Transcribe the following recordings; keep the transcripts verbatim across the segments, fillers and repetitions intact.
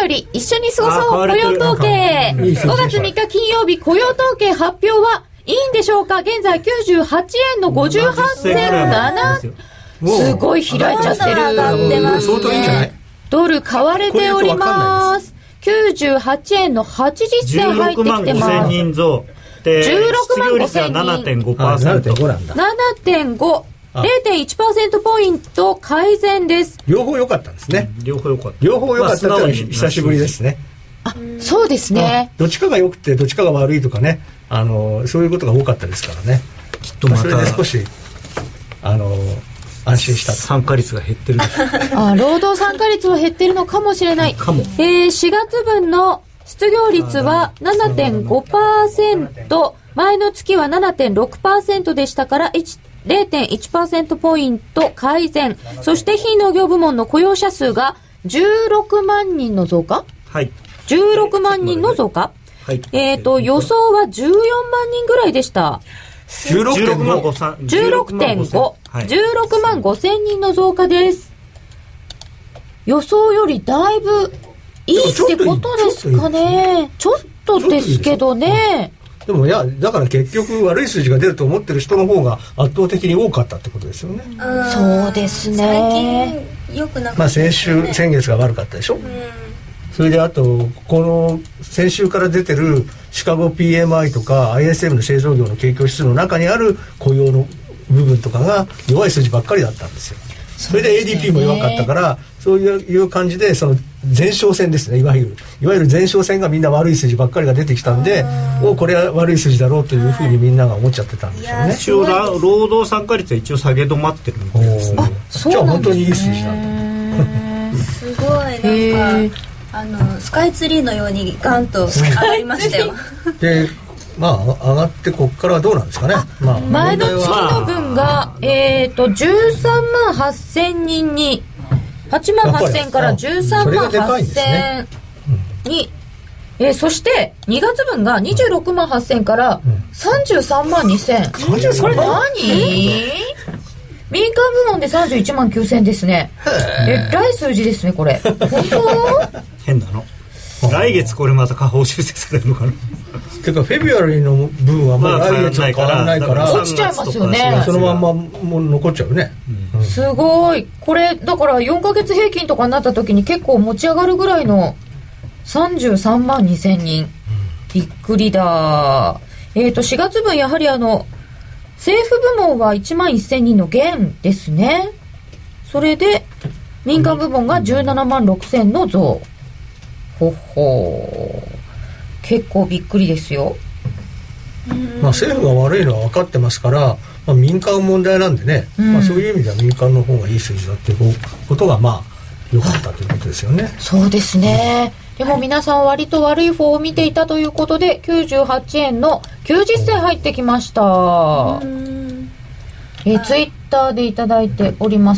り一緒に過ごそう雇用統計ごがつみっか金曜日雇用統計発表はいいんでしょうか。現在きゅうじゅうはちえんのごじゅうはちせんなな、すごい開いちゃってる。 相当いいんじゃない。 ドル買われております。きゅうじゅうはちえんのはちじゅっせん入ってきてます。じゅうろくまんごせんにん増でじゅうろくまんごせんにん ななてんごパーセントななてんご れいてんいちパーセント ポイント改善です。 両方良かったんですね、 うん、両方良かった両方良かったってのは久しぶりですね。 あ、そうですね。 どっちかが良くてどっちかが悪いとかね、あのそういうことが多かったですからね。 きっとまた、 まあ、それで少しあの安心した。 参加率が減ってるあ、労働参加率は減ってるのかもしれないかも、えー、しがつぶんの失業率は ななてんごパーセント、前の月は ななてんろくパーセント でしたから れいてんいちパーセント ポイント改善。そして非農業部門の雇用者数がじゅうろくまんにんの増加、 はい、 じゅうろくまんにんの増加、はい、えーと予想はじゅうよんまんにんぐらいでした。 じゅうろくてんごじゅうろくてんご じゅうろくまんごせんにんの増加です。予想よりだいぶいいってことですかね。ちょっとですけどね。 でもいやだから結局悪い数字が出ると思ってる人の方が圧倒的に多かったってことですよね。 そうですね。 最近よくなかったですね。 まあ先週先月が悪かったでしょ、うん、それであとこの先週から出てるシカゴ ピーエムアイ とか アイエスエム の製造業の景況指数の中にある雇用の部分とかが弱い数字ばっかりだったんですよ。それで エーディーピー も弱かったから、そういう感じでその前哨戦ですね、いわゆるいわゆる前哨戦がみんな悪い数字ばっかりが出てきたんで、おこれは悪い数字だろうというふうにみんなが思っちゃってたんでしょうね。 一応労働参加率は一応下げ止まってるみたいですね。 じゃあ本当にいい数字なんだ。すごいなんかあのスカイツリーのようにガンと上がりましたよ。 でまあ上がってここからはどうなんですかね。まあ、 前の月の分が、えー、とじゅうさんまんはっせんにんにはちまんはっせんからじゅうさんまんはっせんに、えー、そしてにがつぶんがにじゅうろくまんはっせんからさんじゅうさんまんにせん、うん、これ何民間部門でさんじゅういちまんきゅうせんですね。えらい数字ですねこれ。本当変なの。来月これまた下方修正されるのかな。 てかフェブュアリーの分はもう来月は変わらないから、 落ちちゃいますよね。 そのまんまもう残っちゃうね、 うん、すごい。これだからよんかげつ平均とかになった時に結構持ち上がるぐらいのさんじゅうさんまんにせんにん、びっくりだ。えーとしがつぶんやはりあの政府部門はいちまんせんにんの減ですね。それで民間部門がじゅうななまんろくせんの増。ほほー、結構びっくりですよ。 まあ、政府が悪いのは分かってますから、まあ、民間問題なんでね、うんまあ、そういう意味では民間の方がいい数字だっていうことがまあ良かったということですよね。 そうですね、うん、でも皆さん割と悪い方を見ていたということできゅうじゅうはちえんのきゅうじゅっせん入ってきました。うんえー、ツイッターでいただいております。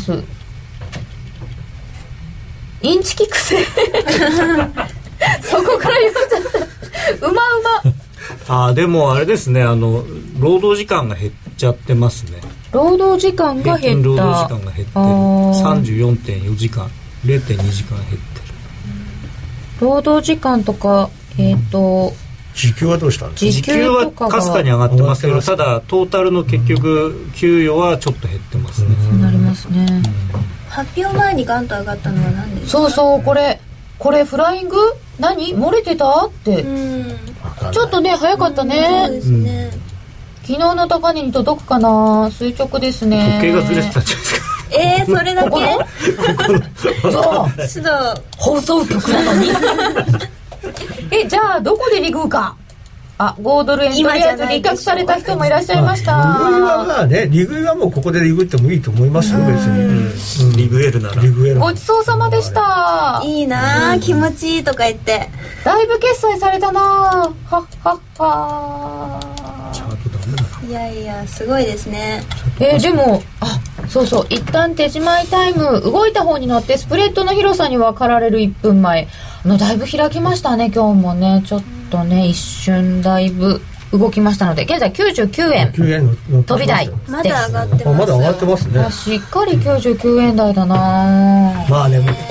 インチキ癖そこから言っちゃったうまうまあでもあれですね、あの労働時間が減っちゃってますね。 労働時間が減った。 平均労働時間が減ってる。 さんじゅうよんてんよじかん れいてんにじかん減ってる。 労働時間とかえっ、ー、と時給はどうしたんですか。 時給はかすかに上がってますけど、ただトータルの結局給与はちょっと減ってますね。 そうなりますね、うん、 発表前にガンと上がったのは何ですか。 そうそうこれこれフライング何漏れてたってうんちょっとね早かったね。 そうですね、 うん、昨日の高値に届くかな。垂直ですね。 時計がずれてたんじゃないですか。 えー、それだけここそうちょっと放送局なのにえじゃあどこでリグか。あごドル円とりあえず利確された人もいらっしゃいました。 リグイはまあね、リグイはもうここでリグってもいいと思いますよ別に、 うん、リグエルならリグエルごちそうさまでした。 いいな、うん、気持ちいいとか言ってだいぶ決済されたな。はっはっは。 チャートダメだな。 いやいやすごいですね。 えー、でもあそうそう一旦手仕舞いタイム動いた方に乗ってスプレッドの広さに分かられるいっぷんまえのだいぶ開きましたね。今日もねちょっとね一瞬だいぶ動きましたので現在きゅうじゅうきゅうえん飛び台まだ上がってますよ。 まだ上がってますね。 しっかりきゅうじゅうきゅうえん台だな。 まあね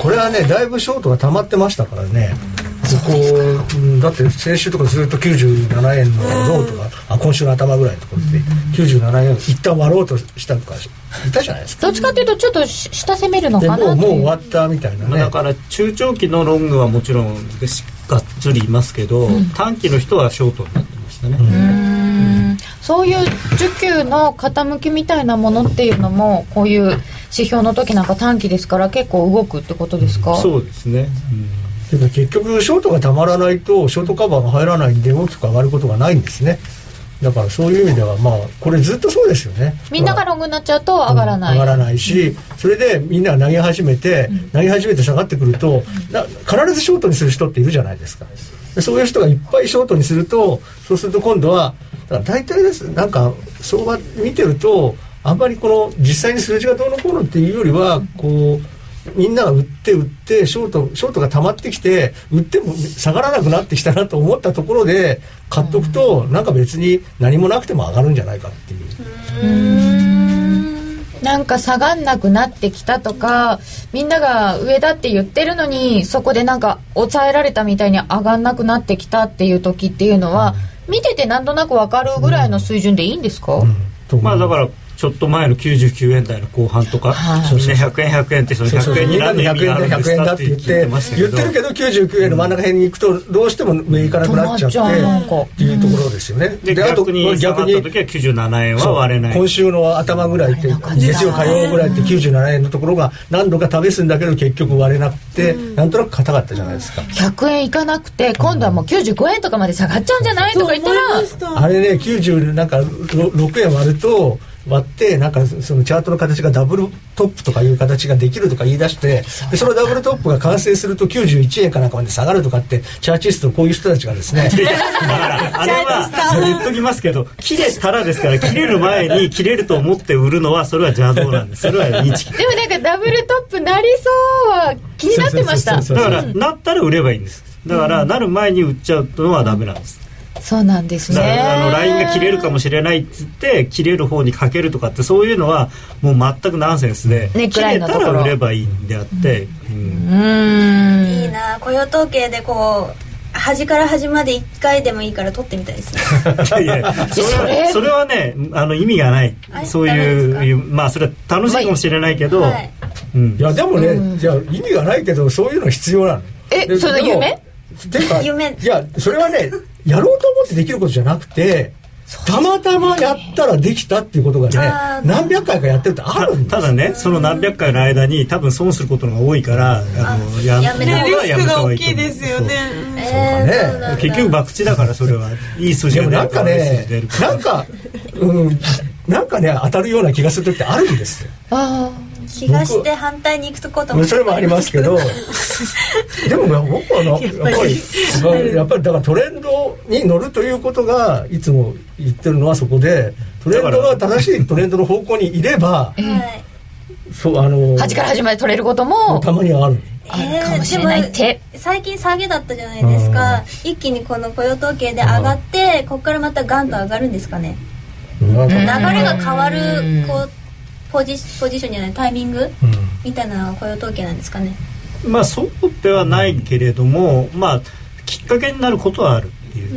これはねだいぶショートが溜まってましたからね、ここ、うん、だって先週とかずっときゅうじゅうななえんのローとか、あ今週の頭ぐらいのところできゅうじゅうななえんを一旦割ろうとしたとかいたじゃないですか。 どっちかというとちょっと下攻めるのかなっていう。 もうもう終わったみたいなね、 まあ、だから中長期のロングはもちろんがっつりいますけど、うん、短期の人はショートになってましたね。 うーん、そういう需給の傾きみたいなものっていうのもこういう指標の時なんか短期ですから結構動くってことですか？ そうですね、 うん、でも結局ショートがたまらないとショートカバーが入らないんで大きく上がることがないんですね。だからそういう意味ではまあこれずっとそうですよね。 みんながロングになっちゃうと上がらない、 うん、上がらないし、うん、それでみんなが投げ始めて、うん、投げ始めて下がってくると、うん、な必ずショートにする人っているじゃないですか。そういう人がいっぱいショートにするとそうすると今度はだから大体ですなんか相場見てるとあんまりこの実際に数字がどうのこうのっていうよりはこうみんなが売って売ってショートショートが溜まってきて売っても下がらなくなってきたなと思ったところで買っとくとなんか別に何もなくても上がるんじゃないかっていう。 うーん、なんか下がんなくなってきたとかみんなが上だって言ってるのにそこでなんか抑えられたみたいに上がんなくなってきたっていう時っていうのは、うん、見ててなんとなく分かるぐらいの水準でいいんですか？うんうん、まあだからちょっと前のきゅうじゅうきゅうえん台の後半とか、はい、ひゃくえんひゃくえんってそのひゃくえんに何の意味があるんですかって言って言ってるけどきゅうじゅうきゅうえんの真ん中辺に行くとどうしても上行かなくなっちゃってっていうところですよね。 で逆に下がった時はきゅうじゅうななえんは割れない。 今週の頭ぐらいって月曜火曜ぐらいってきゅうじゅうななえんのところが何度か試すんだけど結局割れなくてなんとなく硬かったじゃないですか。 ひゃくえんいかなくて今度はもうきゅうじゅうごえんとかまで下がっちゃうんじゃないとか言ったらあれねきゅうじゅうなんかろくえん割ると割ってなんかそのチャートの形がダブルトップとかいう形ができるとか言い出してでそのダブルトップが完成するときゅうじゅういちえんかなんかまで下がるとかってチャーチストこういう人たちがですねだからあれは言っときますけど切れたらですから切れる前に切れると思って売るのはそれは邪道なんです。それはインチキでもなんかダブルトップなりそうは気になってました。 だからなったら売ればいいんです。だからなる前に売っちゃうのはダメなんです。 そうなんですね。 あのラインが切れるかもしれないって言って切れる方にかけるとかってそういうのはもう全くナンセンスで、ね、切れたら売ればいいんであって、うん、 うーんいいな雇用統計でこう端から端までいっかいでもいいから取ってみたいですね。 いやいやそれは、それはねあの意味がないそういうまあそれは楽しいかもしれないけど、はいうん、いやでもね、うん、いや意味がないけどそういうの必要なの。 えその夢てか夢いやそれはねやろうと思ってできることじゃなくてたまたまやったらできたっていうことがね何百回かやってるとあるんです。 た, ただねその何百回の間に多分損することが多いからあの や, やめた方がやめた方がいいと思う。リスクが大きいですよね。 そうそうかね結局博打だからそれはいい数字が出るからでもなんかねなんか、うん、なんかね当たるような気がする時ってあるんですよ。 あ気がして反対に行くとこともそれもありますけどでも僕はのやっぱりやっぱりだからトレンドに乗るということがいつも言ってるのはそこでトレンドが正しいトレンドの方向にいれば、 はい、 そうあの端から端まで取れることもたまにはある。 あるかもしれないって、 えー、最近下げだったじゃないですか。一気にこの雇用統計で上がってここからまたガンと上がるんですかね。流れが変わるこうポジ、ポジションじゃないタイミング、うん、みたいなのが雇用統計なんですかね。 まあそうではないけれども、まあきっかけになることはあるっていう。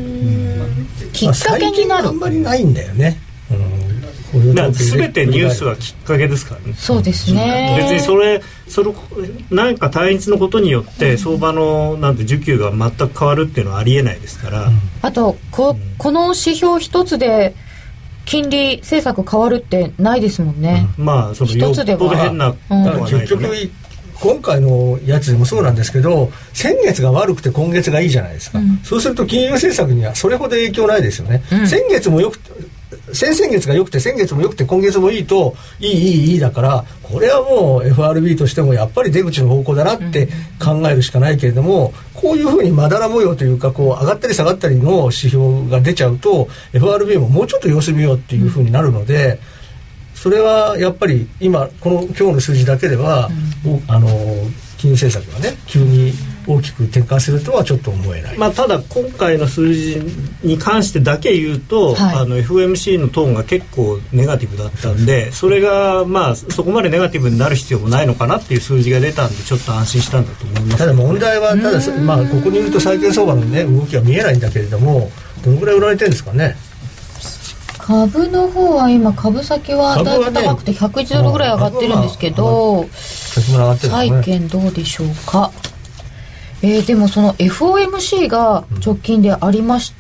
うん、きっかけになる。 あんまりないんだよね。 うん、まあ全てニュースはきっかけですからね。 そうですね。 別にそれそれ何か単一のことによって相場のなんて需給が全く変わるっていうのはありえないですから。うん、 あと こ, この指標一つで金利政策変わるってないですもんね。 うん、まあその一つでは変なことはない、ね、 結局今回のやつでもそうなんですけど先月が悪くて今月がいいじゃないですか。うん、そうすると金融政策にはそれほど影響ないですよね。うん、先月もよく先々月が良くて先月も良くて今月もいいといいいいいいだからこれはもう エフアールビー としてもやっぱり出口の方向だなって考えるしかないけれども、こういうふうにまだら模様というかこう上がったり下がったりの指標が出ちゃうと エフアールビー ももうちょっと様子見ようっていうふうになるので、それはやっぱり今この今日の数字だけでは、うん、あの金融政策がね急に大きく転換するとはちょっと思えない、 まあ、ただ今回の数字に関してだけ言うと、はい、あの エフオーエムシー のトーンが結構ネガティブだったんで、それがまあそこまでネガティブになる必要もないのかなっていう数字が出たんでちょっと安心したんだと思います。 ただ問題はただ、まあ、ここにいると債券相場の、ね、動きは見えないんだけれども、どのぐらい売られてるんですかね。 株の方は今株先はだいぶ高くてひゃくいちドルぐらい上がってるんですけど、債券どうでしょうか。えー、でもその エフオーエムシー が直近でありまして、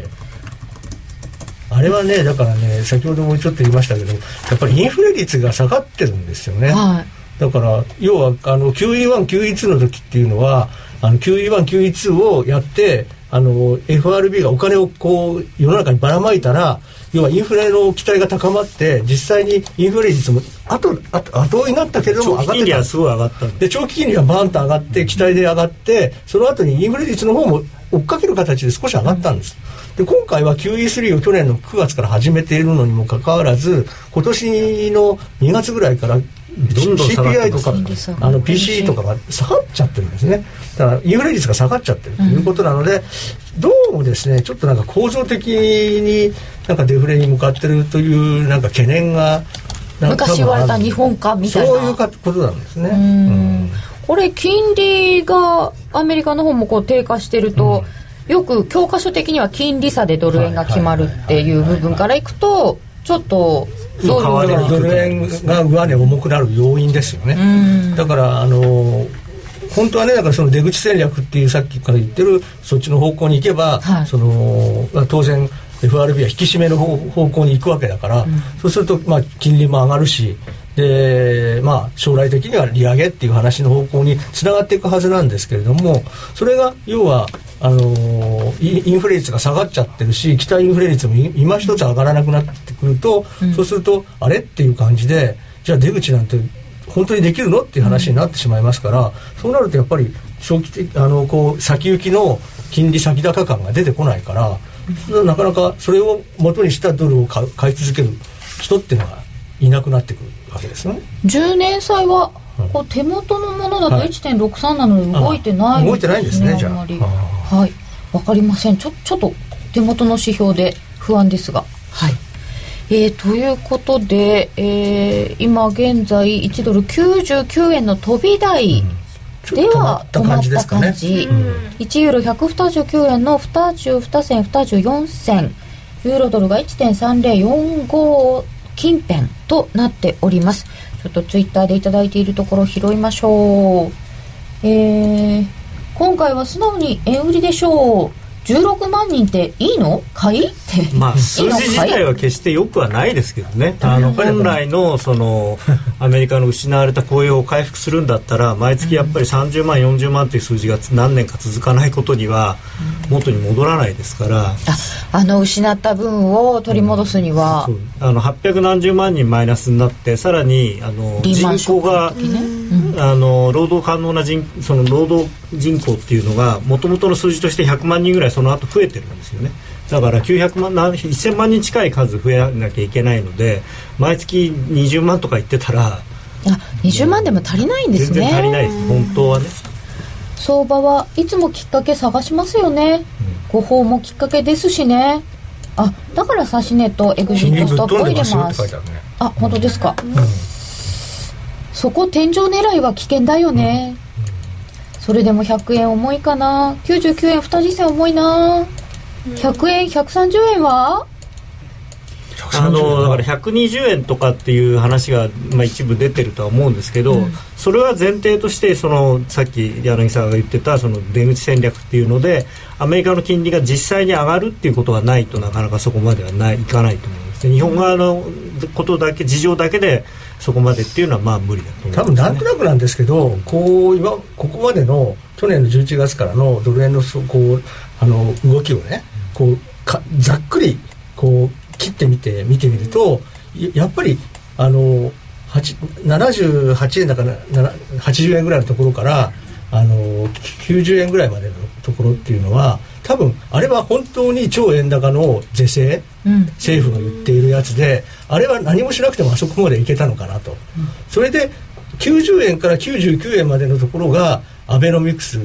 うん、あれはねだからね先ほどもちょっと言いましたけどやっぱりインフレ率が下がってるんですよね、はい、だから要はあの キューイーワン、キューイーツー の時っていうのはあの キューイーワン、キューイーツー をやってあの エフアールビー がお金をこう世の中にばらまいたら要はインフレの期待が高まって実際にインフレ率も後後追いになったけれども上がってた。長期金利はすごい上がったで長期金利はバーンと上がって期待で上がってその後にインフレ率の方も追っかける形で少し上がったんです、うん、で今回は キューイースリー を去年のくがつから始めているのにもかかわらず今年のにがつぐらいからどんどん シーピーアイ とかあの ピーシーイー とかが下がっちゃってるんですね。だからインフレ率が下がっちゃってるということなので、うん、どうもですねちょっとなんか構造的になんかデフレに向かってるというなんか懸念が昔言われた日本化みたいなそういうことなんですね。 うん、うん、これ金利がアメリカの方もこう低下してると、うん、よく教科書的には金利差でドル円が決まるっていう部分からいくとちょっとドル円が上値重くなる要因ですよね。だからあの本当はねだからその出口戦略っていうさっきから言ってるそっちの方向に行けば、はい、その当然 エフアールビー は引き締めの方向に行くわけだから、うん、そうするとまあ金利も上がるしで、まあ、将来的には利上げっていう話の方向につながっていくはずなんですけれどもそれが要はあのー、インフレ率が下がっちゃってるし期待インフレ率も今一つ上がらなくなってくると、うん、そうするとあれっていう感じでじゃあ出口なんて本当にできるのっていう話になってしまいますから、うん、そうなるとやっぱり長期的あのこう先行きの金利先高感が出てこないから、うん、なかなかそれを元にしたドルを買い続ける人っていうのがいなくなってくるわけですね。 じゅうねん債はこう手元のものだと いってんろくさん なので動いてないんですね。 動いてないんですね。じゃあはい、わかりません。ちょちょっと手元の指標で不安ですが、はい。えー、ということで、えー、今現在いちドルきゅうじゅうきゅうえんの飛び台では止まった感じ、うん、いちユーロひゃくにじゅうきゅうえんのにじゅうにせんにじゅうよんせんユーロドルが いってんさんぜろよんご 近辺となっております。ちょっとツイッターでいただいているところを拾いましょう。えー、今回は素直に円売りでしょう。じゅうろくまんにんっていいの買いってまあ数字自体は決して良くはないですけどねあの本来のそのアメリカの失われた雇用を回復するんだったら毎月やっぱりさんじゅうまんよんじゅうまんという数字が何年か続かないことには元に戻らないですから、あ, あの失った分を取り戻すには、 うん、あのはっぴゃくなんじゅうまんにんマイナスになってさらにあの人口が、ねうん、あの労働可能な 人, その労働人口っていうのが元々の数字としてひゃくまんにんぐらいその後増えてるんですよね。だからきゅうひゃくまんせんまんにん近い数増えなきゃいけないので毎月にじゅうまんとか言ってたらあにじゅうまんでも足りないんですね。 全然足りないです本当はね。 相場はいつもきっかけ探しますよね、うん、誤報もきっかけですしね。あだからサシネとエグジットストップを入れます。あ本当ですか、うん、そこ天井狙いは危険だよね、うん、それでもひゃくえん重いかな。きゅうじゅうきゅうえんにじゅっせん重いな。ひゃくえんひゃくさんじゅうえんはあのだからひゃくにじゅうえんとかっていう話が、まあ、一部出てるとは思うんですけど、うん、それは前提としてそのさっき柳さんが言ってたその出口戦略っていうのでアメリカの金利が実際に上がるっていうことがないとなかなかそこまではないいかないと思うんですね。日本側のことだけ事情だけでそこまでっていうのはまあ無理だと思います、ね、 多分なんとなくなんですけどこう今ここまでの去年のじゅういちがつからのドル円のこうあの動きをねこうかざっくりこう切ってみて見てみるとやっぱりあのななじゅうはちえんだからはちじゅうえんぐらいのところからあのきゅうじゅうえんぐらいまでのところっていうのは多分あれは本当に超円高の是正、うん、政府が言っているやつであれは何もしなくてもあそこまでいけたのかなと、うん、それできゅうじゅうえんからきゅうじゅうきゅうえんまでのところがアベノミクス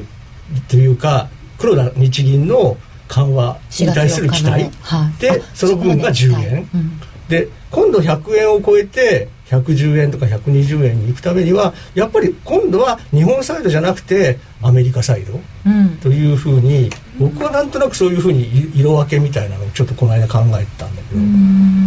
というか黒田日銀の緩和に対する期待、はい、でその分がじゅうえん、うん、で今度ひゃくえんを超えてひゃくじゅうえんとかひゃくにじゅうえんに行くためにはやっぱり今度は日本サイドじゃなくてアメリカサイド、うん、というふうに僕はなんとなくそういうふうに色分けみたいなのをちょっとこの間考えてたんだけど、うん、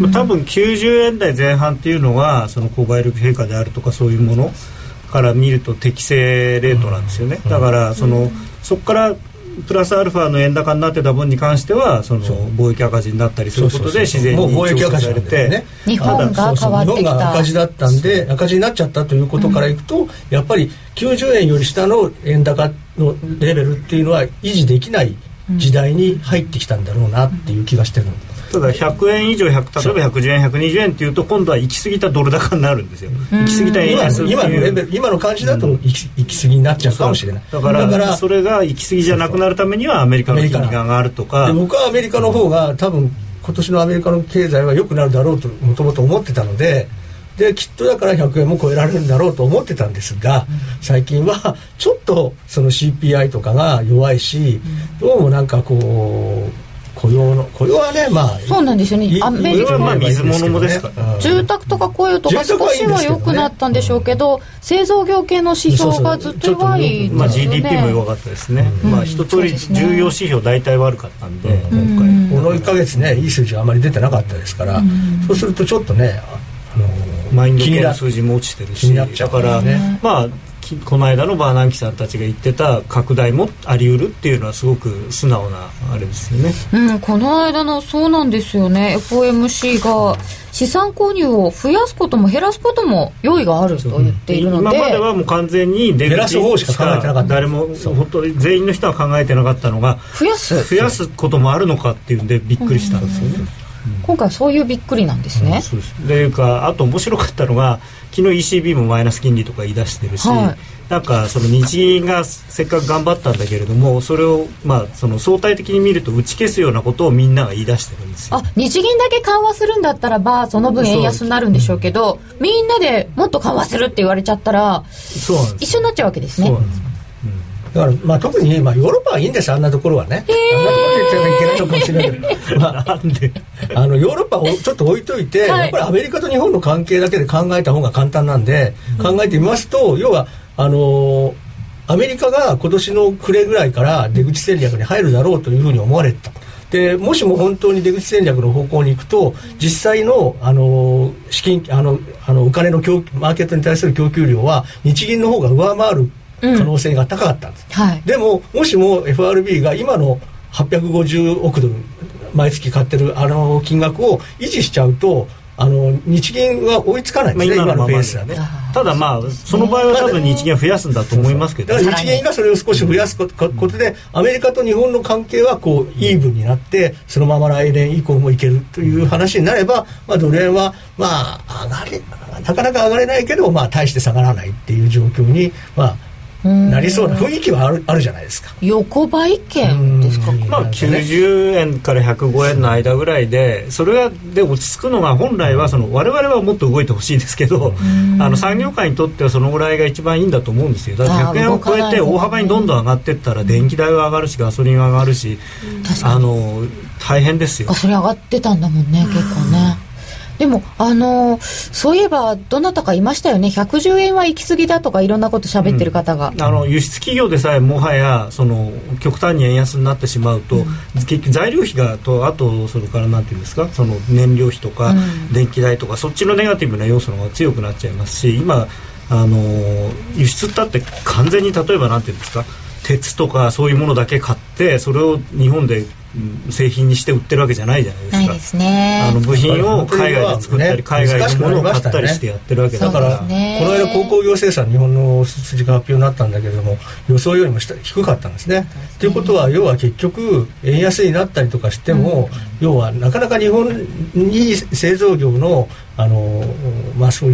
多分きゅうじゅうえん台前半っていうのはその購買力陛下であるとかそういうものから見ると適正レートなんですよね、うん、だからその、うん、そこからプラスアルファの円高になってた分に関してはその貿易赤字になったりすることで自然に貿易赤字されて、ね、 日本が変わってきた、 日本が赤字だったんで赤字になっちゃったということからいくと、うん、やっぱりきゅうじゅうえんより下の円高のレベルっていうのは維持できない時代に入ってきたんだろうなっていう気がしてる、うん、 ただひゃくえん以上ひゃく例えばひゃくじゅうえんひゃくにじゅうえんっていうと今度は行き過ぎたドル高になるんですよ。行き過ぎた円安っていう今のレベル今の感じだと行き、行き過ぎになっちゃうかもしれない。 だから、だからそれが行き過ぎじゃなくなるためにはアメリカの金利が上がるとか。 で僕はアメリカの方が多分今年のアメリカの経済は良くなるだろうともともと思ってたので、できっとだからひゃくえんも超えられるんだろうと思ってたんですが、最近はちょっとその シーピーアイ とかが弱いし、どうもなんかこう雇用の雇用はね、まあそうなんですよね。 アメリカはまあ水物もですから、 うん、住宅とか雇用とか少しは良くなったんでしょうけど、製造業系の指標がずっと弱いですよね。 まあ、ジーディーピー も弱かったですね、うん、まあ一通り重要指標大体悪かったんで、うん、 今回このいっかげつねいい数字はあまり出てなかったですから、うん、そうするとちょっとねあのマインド系の数字も落ちてるし、だからね、まあこの間のバーナンキさんたちが言ってた拡大もあり得るっていうのはすごく素直なあれですよね、 うん、この間のそうなんですよね。 エフオーエムシー が資産購入を増やすことも減らすことも用意があると言っているので、 今まではもう完全に減らす方しか考えてなかった。 誰も本当に全員の人は考えてなかったのが増やす増やすこともあるのかっていうんでびっくりしたんですよね、うんうん、 今回そういうびっくりなんですね、うん、 そうです。でいうかあと面白かったのが昨日 イーシービー もマイナス金利とか言い出してるし、はい、なんかその日銀がせっかく頑張ったんだけれどもそれをまあその相対的に見ると打ち消すようなことをみんなが言い出してるんですよ。 あ、日銀だけ緩和するんだったらばその分円安になるんでしょうけど、みんなでもっと緩和するって言われちゃったらそうなんです一緒になっちゃうわけですね。そうなんです、 だからまあ特にまあヨーロッパはいいんです。あんなところはね、あんなところって言っちゃいけないのかもしれないけど、まあ、なんであのヨーロッパをちょっと置いといて、はい、やっぱりアメリカと日本の関係だけで考えた方が簡単なんで、うん、考えてみますと要はあのアメリカが今年の暮れぐらいから出口戦略に入るだろうというふうに思われてた。でもしも本当に出口戦略の方向に行くと実際のあの資金あのあのお金の供マーケットに対する供給量は日銀の方が上回る可能性が高かったんです、うんはい、でももしも エフアールビー が今のはっぴゃくごじゅうおくドル毎月買ってるあの金額を維持しちゃうとあの日銀は追いつかないんですね、まあ、今のペースだね。 ただまあその場合は多分日銀は増やすんだと思いますけど、 だから日銀がそれを少し増やすことでアメリカと日本の関係はこうイーブンになってそのまま来年以降もいけるという話になれば、まあ、ドル円はまあ上がれなかなか上がれないけど、まあ、大して下がらないっていう状況にまあなりそうな雰囲気はある、あるじゃないですか。 横ばい圏ですか。 まあ、きゅうじゅうえんからひゃくごえんの間ぐらいでそれがで落ち着くのが本来はその我々はもっと動いてほしいですけど、あの産業界にとってはそのぐらいが一番いいんだと思うんですよ。だからひゃくえんを超えて大幅にどんどん上がっていったら電気代は上がるしガソリンは上がるし、あの大変ですよ。 ガソリン上がってたんだもんね結構ね。でもあのそういえばどなたかいましたよね。ひゃくじゅうえんは行き過ぎだとかいろんなこと喋ってる方が、 うん、あの輸出企業でさえもはやその極端に円安になってしまうと、うん、結局材料費がとあとそれからなんていうんですかその燃料費とか電気代とか、うん、そっちのネガティブな要素の方が強くなっちゃいますし、今あの輸出だって完全に例えばなんていうんですか鉄とかそういうものだけ買ってそれを日本で製品にして売ってるわけじゃないじゃないですか。 ないですね。 あの部品を海外で作ったり、ね、海外のものを買ったりしてやってるわけだから、 だからこの間鉱工業生産日本の数字が発表になったんだけれども予想よりも低かったんですね。ということは要は結局円安になったりとかしても、うん、要はなかなか日本に製造業のあの、まあ、そういう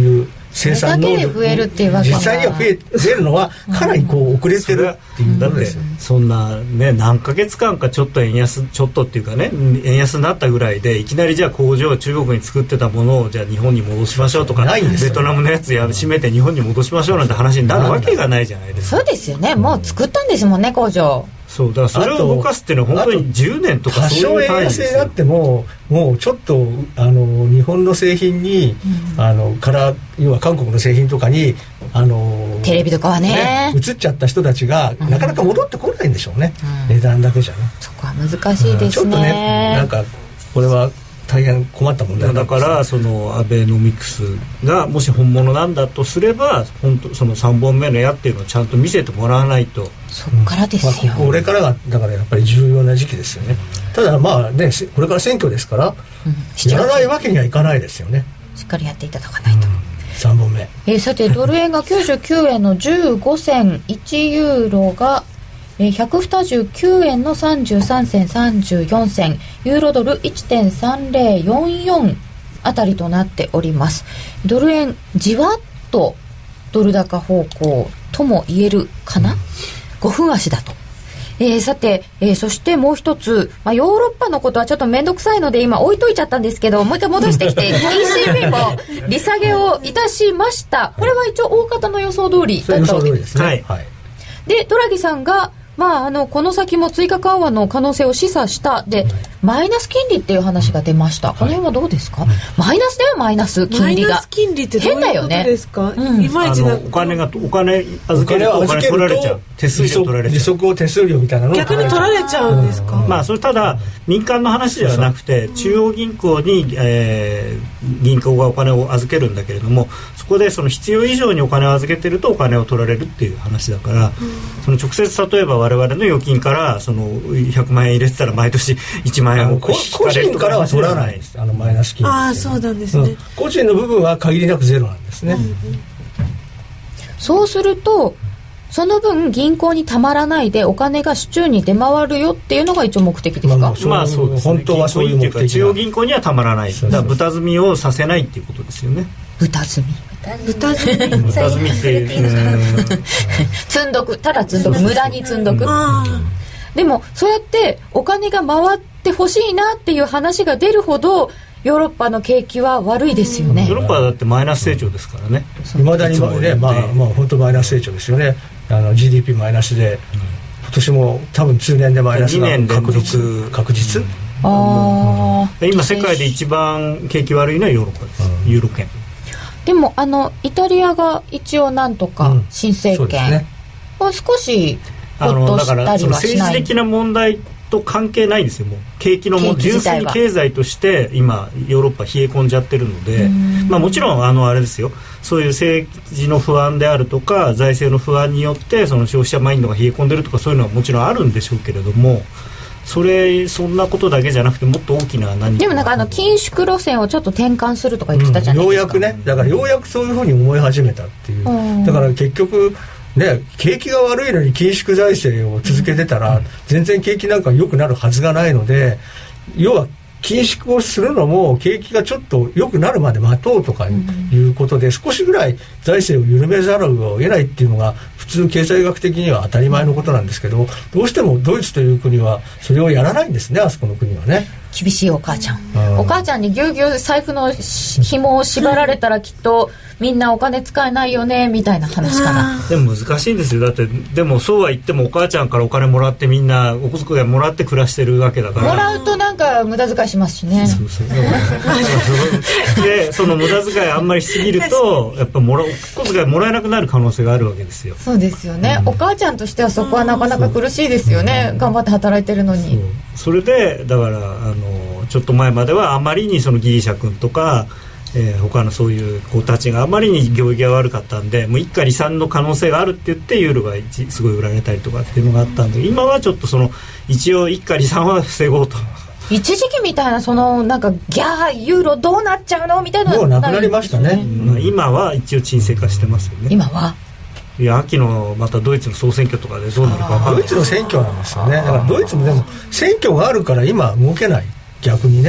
生産能力、 増えるっていうわけ実際には増え増えるのはかなりこう遅れてるっていうことですよ、 うん、そんなね何ヶ月間かちょっと円安ちょっとっていうかね円安になったぐらいでいきなりじゃあ工場を中国に作ってたものをじゃあ日本に戻しましょうとかベトナムのやつや閉めて日本に戻しましょうなんて話になるわけがないじゃないですか。 そうですよね、もう作ったんですもんね工場。 そうだからそれを動かすっていうのは本当にじゅうねんとかそういう単位ですよ。 多少円安になってももうちょっとあの日本の製品に、うん、あのから要は韓国の製品とかにあのテレビとかは ね, ね移っちゃった人たちが、うん、なかなか戻ってこないんでしょうね、うん、値段だけじゃね。 そこは難しいですね、うん、 ちょっとねなんかこれは大変困った問題だからそのアベノミクスがもし本物なんだとすれば本当そのさんぼんめの矢っていうのをちゃんと見せてもらわないと。 そっからですよ、 うんまあ、これからがだからやっぱり重要な時期ですよね。ただまあねこれから選挙ですから、うん、やらないわけにはいかないですよね。 しっかりやっていただかないと、うん、 さんぼんめ、 えー、さてドル円がきゅうじゅうきゅうえんのじゅうごせん、いちユーロがひゃくにじゅうきゅうえんのさんじゅうさんせんさんじゅうよんせん、ユーロドル いってんさんぜろよんよん あたりとなっております。ドル円じわっとドル高方向とも言えるかな、ごふん足だと。えー、さて、えー、そしてもう一つ、まあ、ヨーロッパのことはちょっとめんどくさいので今置いといちゃったんですけど、もう一回戻してきてイーシービー も利下げをいたしました。これは一応大方の予想通りだったわけですね。 はいはい、 でドラギさんがまあ、あのこの先も追加緩和の可能性を示唆したで、マイナス金利っていう話が出ました、はい、この辺はどうですか、はい、マイナスだよマイナス金利が。 マイナス金利ってどういうことですか、 変だよね、 いまいちあのお金がお金預けるとお金取られちゃう、手数料取られちゃう、 利息を手数料みたいなの逆に取られちゃうんですか、 うん、まあそれただ民間の話ではなくて中央銀行に、えー、銀行がお金を預けるんだけれども、そこでその必要以上にお金を預けてるとお金を取られるっていう話だから、うん、その直接例えば我々の預金からそのひゃくまんえん入れてたら毎年いちまんえんを引個人からは取らないです、あのマイナス金利。 ああそうなんですね、うん、 個人の部分は限りなくゼロなんですね、うんうん、 そうするとその分銀行にたまらないでお金が市中に出回るよっていうのが一応目的ですか。 まあ、まあそうですね、本当はそういう目的。中央銀行にはたまらない、だから豚積みをさせないっていうことですよね。 豚積み豚積み豚積みっていう積んどく、ただ積んどく、無駄に積んどく。でもそうやってお金が回ってほしいなっていう話が出るほどヨーロッパの景気は悪いですよね。 ヨーロッパはだってマイナス成長ですからね。 いまだにね、まあまあ本当マイナス成長ですよね。あの ジーディーピー マイナスで、うん、今年も多分通年でマイナスが確実確実、うん、 ああ今世界で一番景気悪いのはヨーロッパです、うん、ユーロ圏。 でもあのイタリアが一応なんとか新政権は少しほっとしたりはしない、 あのだからその政治的な問題と関係ないんですよ。もう景気のも純粋に経済として今ヨーロッパ冷え込んじゃってるので、まあ、もちろんあのあれですよ、そういう政治の不安であるとか財政の不安によってその消費者マインドが冷え込んでるとかそういうのはもちろんあるんでしょうけれども、それそんなことだけじゃなくてもっと大きな何か。 でもなんかあの緊縮路線をちょっと転換するとか言ってたじゃないですか、 うん、ようやくね、だからようやくそういうふうに思い始めたっていう、うん、だから結局ね、景気が悪いのに緊縮財政を続けてたら全然景気なんか良くなるはずがないので、要は緊縮をするのも景気がちょっと良くなるまで待とうとかいうことで、少しぐらい財政を緩めざるを得ないっていうのが普通経済学的には当たり前のことなんですけど、どうしてもドイツという国はそれをやらないんですね、あそこの国はね。 厳しいお母ちゃん、うん、お母ちゃんにぎゅうぎゅう財布の紐を縛られたらきっとみんなお金使えないよねみたいな話かな。 でも難しいんですよ。だってでもそうは言ってもお母ちゃんからお金もらってみんなお小遣いもらって暮らしてるわけだから、 もらうとなんか無駄遣いしますしね。そうそうでその無駄遣いあんまりしすぎるとやっぱもらお小遣いもらえなくなる可能性があるわけですよ。 そうですよね、うん、お母ちゃんとしてはそこはなかなか苦しいですよね、頑張って働いてるのに。 そ, それでだからあのちょっと前まではあまりにそのギリシャ君とか、えー、他のそういう子たちがあまりに業績が悪かったんで、もう一家離散の可能性があるって言ってユーロがすごい売られたりとかっていうのがあったんで、今はちょっとその一応一家離散は防ごうと。 一時期みたいなそのなんかギャーユーロどうなっちゃうのみたいなのもうなくなりましたね、 うん、今は一応沈静化してますよね。 今はいや秋のまたドイツの総選挙とかでどうなるか分からない。 ドイツの選挙なんですよね。だからドイツもでも選挙があるから今動けない、逆にね。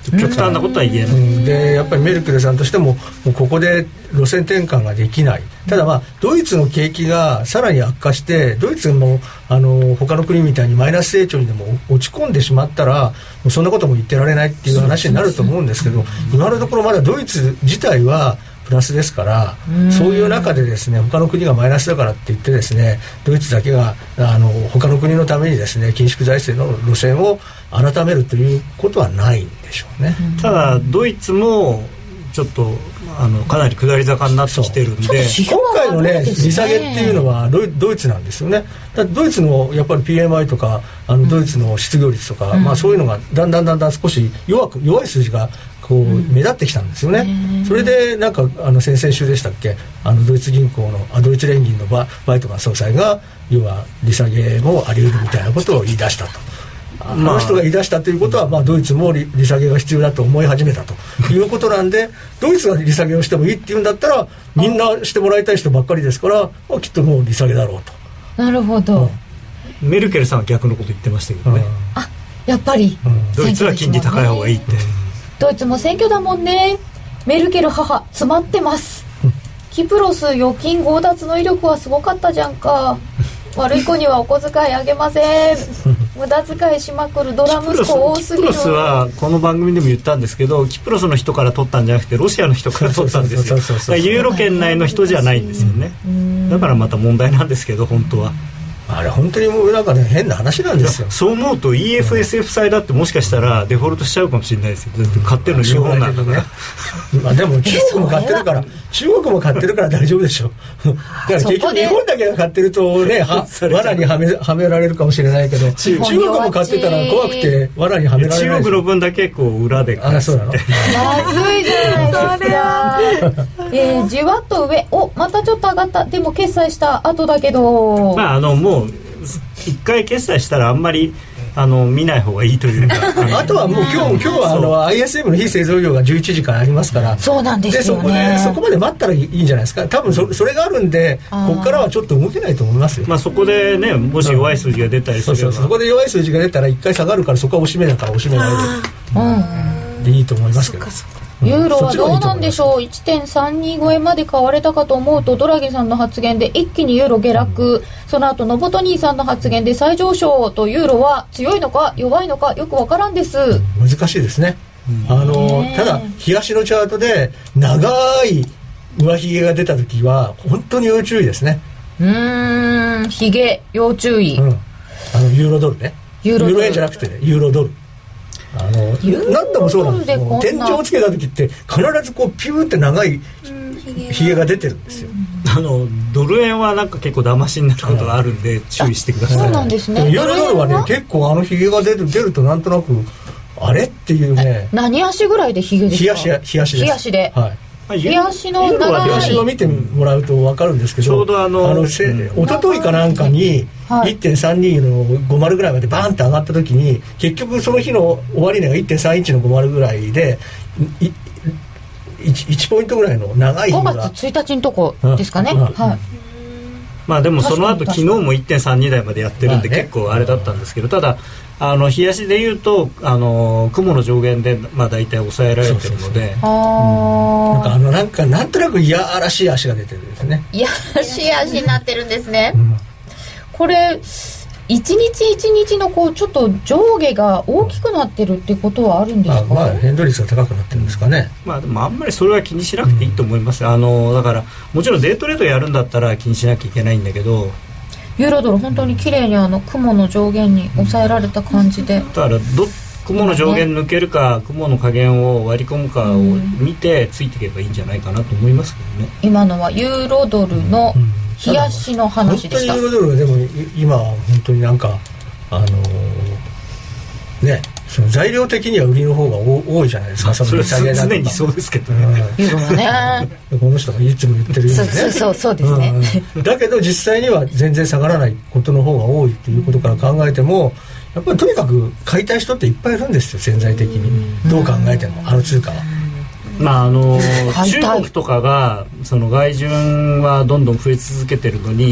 極端なことは言えない、 うん、でやっぱりメルケルさんとしても、もうここで路線転換ができない。ただまあドイツの景気がさらに悪化して、ドイツもあの他の国みたいにマイナス成長にでも落ち込んでしまったら、もうそんなことも言ってられないっていう話になると思うんですけど、今のところまだドイツ自体はプラスですから、そういう中でですね、他の国がマイナスだからって言ってですね、ドイツだけがあの他の国のためにですね、緊縮財政の路線を改めるということはないんでしょうね。 ただドイツもちょっとあのかなり下り坂になってきてるんで、 今回のね利下げっていうのはドイ、ドイツなんですよね。だドイツのやっぱり ピーエムアイ とかあのドイツの失業率とか、うん、まあ、そういうのがだんだんだんだん少し弱く弱い数字がこう目立ってきたんですよね、うん、それでなんかあの先々週でしたっけ、あのドイツ銀行のあドイツ連銀のババイトマン総裁が要は利下げもあり得るみたいなことを言い出したと。あの人が言い出したということは、まあ、ドイツも 利, 利下げが必要だと思い始めたということなんでドイツが利下げをしてもいいっていうんだったらみんなしてもらいたい人ばっかりですから、まあ、きっともう利下げだろうと。 なるほど、 うん、メルケルさんは逆のこと言ってましたけどね、 うん、あやっぱり、うん、 ドイツは金利高い方がいいって、 ドイツも選挙だもんね。メルケル母詰まってます、うん、キプロス預金強奪の威力はすごかったじゃんか。悪い子にはお小遣いあげません無駄遣いしまくるドラ息子多すぎる。 キプロスはこの番組でも言ったんですけど、キプロスの人から取ったんじゃなくてロシアの人から取ったんですよ。ユーロ圏内の人じゃないんですよね。だからまた問題なんですけど、本当はあれ本当にもうなんかね変な話なんですよ。 そう思うと イーエフエスエフ 債だってもしかしたらデフォルトしちゃうかもしれないですよ。だって買ってるの日本なんだから、ね、 まあでも中国も買ってるから中国も買ってるから大丈夫でしょだから結局日本だけが買ってるとねは罠にはめ、はめられるかもしれないけど、中国も買ってたら怖くて罠にはめられない。 中国の分だけこう裏で買う。 あ、そうなの。 まずいじゃないですかえー、じわっと上おまたちょっと上がった。でも決済した後だけど、 まああのもう一回決済したらあんまりあの見ない方がいいというかあとはもう今日も今日はあの アイエスエム の非製造業がじゅういちじからありますから、 そうなんですよね。 で そ, こでそこまで待ったらいいんじゃないですか。多分 そ, それがあるんでここからはちょっと動けないと思いますよ。 まあ、そこでねもし弱い数字が出たりするような、 そうそうそこで弱い数字が出たら一回下がるから、そこはおしめだからおしめないで、うん、でいいと思いますけど。 ユーロはどうなんでしょう。 いってんさんにご 円まで買われたかと思うと、ドラギさんの発言で一気にユーロ下落、うん、その後ノボトニーさんの発言で再上昇と、ユーロは強いのか弱いのかよくわからんです、うん、 難しいですね、うん、あのただ日足のチャートで長い上髭が出た時は本当に要注意ですね。 うーん、ヒゲ要注意、うん、 あのユーロドルね、 ユーロドル、 ユーロ円じゃなくてね、ユーロドル、あの何度もそうなんですよ。天井をつけた時って必ずこうピューって長いひげが出てるんですよ。 あのドル円はなんか結構騙しになることがあるんで注意してください。 そうなんですね。 ユーロドルはね結構あのひげが出る出るとなんとなくあれっていうね。 何足ぐらいでひげですか。 日足日足です。 日足で、 はい、 日足の長い日足を見てもらうと分かるんですけど、 ちょうどあのあのせ、うん、一昨日かなんかに いってんさんに のごじゅうぐらいまでバーンって上がった時に、結局その日の終値が いってんさんいち のごじゅうぐらいで いち, いちポイントぐらいの長い日がごがつついたちのとこですかね、うん、はい。 まあでもその後昨日も いってんさんに 台までやってるんで結構あれだったんですけど、ただあの日足でいうとあの雲の上限でまあ大体抑えられてるので、 なんかあのなんかなんとなくいやらしい足が出てるんですね。 いやらしい足になってるんですね、うん、これ一日一日のこうちょっと上下が大きくなってるってことはあるんですか。 まあ、まあ変動率が高くなってるんですかね。 まあでもあんまりそれは気にしなくていいと思います、うん、あのだからもちろんデイトレードやるんだったら気にしなきゃいけないんだけど、 ユーロドル本当に綺麗にあの雲の上限に抑えられた感じで、 だからど雲の上限抜けるか、ね、雲の加減を割り込むかを見てついていけばいいんじゃないかなと思いますけどね。 今のはユーロドルの日足の話でした。 本当にユーロドルはでも今は本当になんかあのー、ねその材料的には売りの方が多いじゃないですか。 それは常にそうですけどね、 ユーロはねこの人がいつも言ってるようにね、 そうそうそうですね、 うん、だけど実際には全然下がらないことの方が多いっていうことから考えても、やっぱりとにかく買いたい人っていっぱいいるんですよ、潜在的に。どう考えてもあの通貨は、 まああの中国とかがその外順はどんどん増え続けてるのに、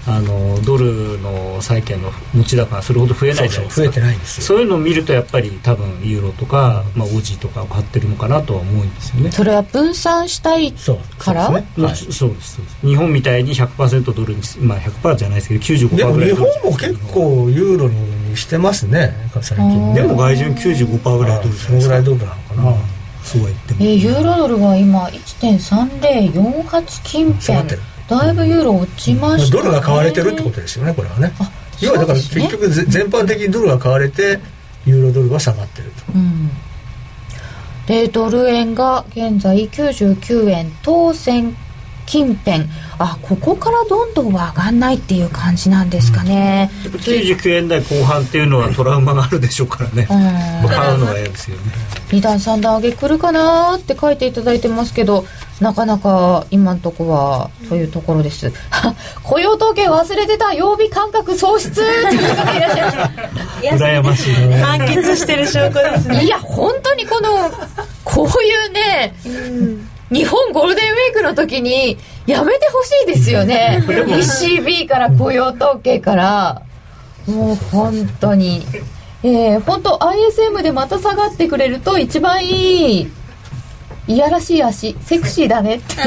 あのドルの債券の持ち高がそれほど増えないじゃないですか。 そうそう増えてないんですよ。 そういうのを見るとやっぱり多分ユーロとか、まあ、オージーとかを買ってるのかなとは思うんですよね。 それは分散したいからそうですね、はい、そうです日本みたいに ひゃくパーセント ドルに、まあ、ひゃくパーセント じゃないですけど きゅうじゅうごパーセント ぐらいでも日本も結構ユーロにしてますね最近。 でも外順 きゅうじゅうごパーセント ぐらいドルじゃないですか。 そのぐらいドルなのかな、うん、 そうは言っても、 えー、ユーロドルは今 いってんさんぜろよんはち 近辺だいぶユーロ落ちましたね。 ドルが買われてるってことですよねこれはね。要はだから結局全般的にドルが買われてユーロドルは下がってると、うん、 でドル円が現在きゅうじゅうきゅうえん当選近辺。あここからどんどん上がんないっていう感じなんですかね、 うん、きゅうじゅうきゅうえん台後半っていうのはトラウマがあるでしょうからね、うん、買うのは嫌ですよね。 に段さん段上げ来るかなって書いていただいてますけどなかなか今のところはというところです。雇用統計忘れてた曜日感覚喪失っていう方がいらっしゃいます羨ましいね。 満喫してる証拠ですね。 いや本当にこのこういうね、うん日本ゴールデンウィークの時にやめてほしいですよね。 イーシービー から雇用統計からもう本当に、えー、本当 アイエスエム でまた下がってくれると一番いいいやらしい足セクシーだねって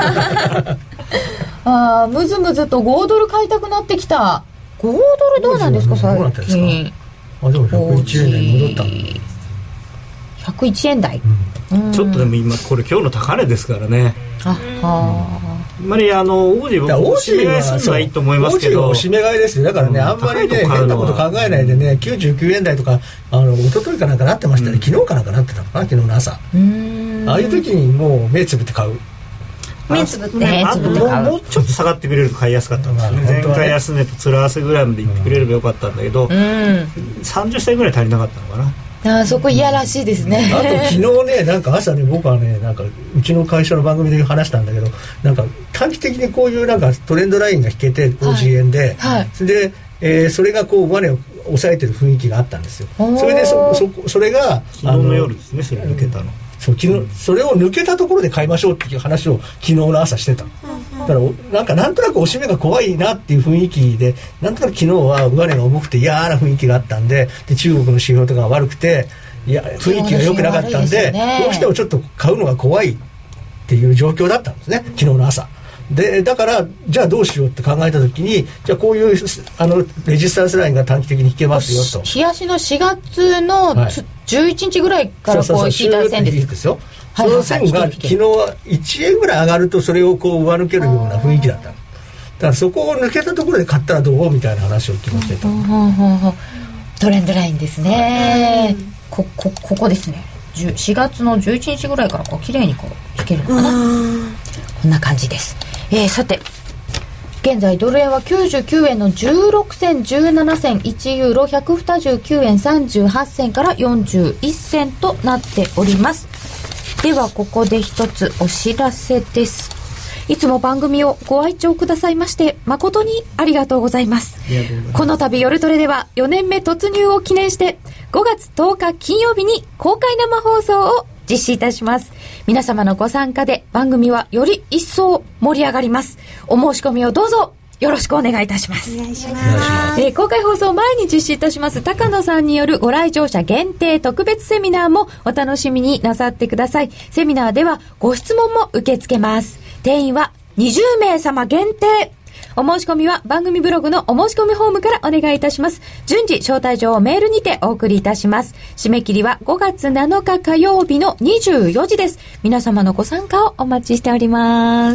あムズムズとごドル買いたくなってきた。ごドルどうなんですか最近。 あでもひゃくいちえん台戻ったの。 ひゃくいちえん台、 うん、ちょっとでも今これ今日の高値ですからね。 あはあんまりあのオージー僕おしめ買いするのはいいと思いますけどオージーはおしめ買いですよ。だからね、うん、あんまりね変なこと考えないでねきゅうじゅうきゅうえん台とかあの一昨日かなんかなってましたね、うん、昨日かなんかなってたのかな昨日の朝。うーんああいう時にもう目つぶって買う。 目つぶって目つぶって買う。 もうちょっと下がってくれると買いやすかったんですよね。前回安値とつら合わせぐらいまで行ってくれればよかったんだけど、うん、さんじゅっせんぐらい足りなかったのかな。 あそこいやらしいですね。 あと昨日ねなんか朝ね僕はねなんかうちの会社の番組で話したんだけどなんか短期的にこういうなんかトレンドラインが引けて オージー 円で、はいはい、で、えー、それがこう上値を抑えてる雰囲気があったんですよ。それで そ, そ, それが昨日の夜ですねそれ抜けたの。 そう昨日それを抜けたところで買いましょうっていう話を昨日の朝してた。だからなんかなんとなくおしめが怖いなっていう雰囲気でなんとなく昨日は上値が重くて嫌な雰囲気があったん で, で中国の指標とかが悪くていや雰囲気が良くなかったん で, で、ね、どうしてもちょっと買うのが怖いっていう状況だったんですね昨日の朝で。だからじゃあどうしようって考えた時にじゃあこういうあのレジスタンスラインが短期的に引けますよと。 日足のしがつのじゅういちにちぐらいからこう引いた線です。 いいですよ。その線が昨日はいちえんぐらい上がるとそれをこう上抜けるような雰囲気だった。だからそこを抜けたところで買ったらどうみたいな話を昨日してた。 トレンドラインですね。こ, こ, ここですね。しがつのじゅういちにちぐらいからこう綺麗にこう引けるのかな。こんな感じです。えー、さて現在ドル円はきゅうじゅうきゅうえんのじゅうろくせんじゅうななせんいちユーロひゃくにじゅうきゅうえんさんじゅうはちせんからよんじゅういっせんとなっております。ではここで一つお知らせです。いつも番組をご愛聴くださいまして誠にありがとうございます。この度夜トレではよねんめ突入を記念してごがつとおか金曜日に公開生放送を実施いたします。皆様のご参加で番組はより一層盛り上がります。お申し込みをどうぞよろしくお願いいたします。 お願いします。 えー、公開放送前に実施いたします高野さんによるご来場者限定特別セミナーもお楽しみになさってください。セミナーではご質問も受け付けます。定員はにじゅうめいさま限定。お申し込みは番組ブログのお申し込みフォームからお願いいたします。順次招待状をメールにてお送りいたします。締め切りはごがつなのか火曜日のにじゅうよじです。皆様のご参加をお待ちしております。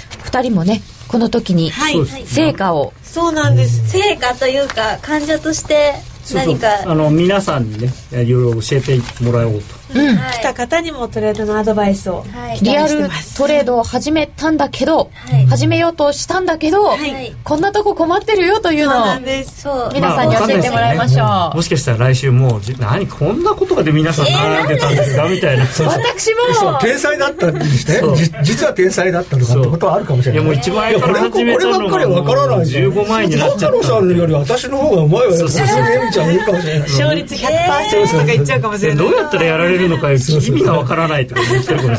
ふたりもねこの時に成果を、はい、 そうなんです。 成果というか患者として何かそうそうあの皆さんにねいろいろ教えてもらおうと、 うんはい、来た方にもトレードのアドバイスを、 はい、リアルトレードを始めたんだけど、はい、始めようとしたんだけど、はい、こんなとこ困ってるよというのを皆さんに教えてもらいましょう、まあね、もしかしたら来週もう何こんなことがで皆さん悩んでたんですか、えー、みたいなそうそう私もそう天才だったんですね実は天才だったとかってことはあるかもしれない。 いやもう一番前から始めたのがもうじゅうごまんえんになっちゃった。 高野さんより私の方がうまいわよ。そうそうそうエミちゃんいるかもしれない。 勝率 ひゃくパーセント とか言っちゃうかもしれない。 どうやったらやられるのか意味がわからないとか言ってるかもしれない。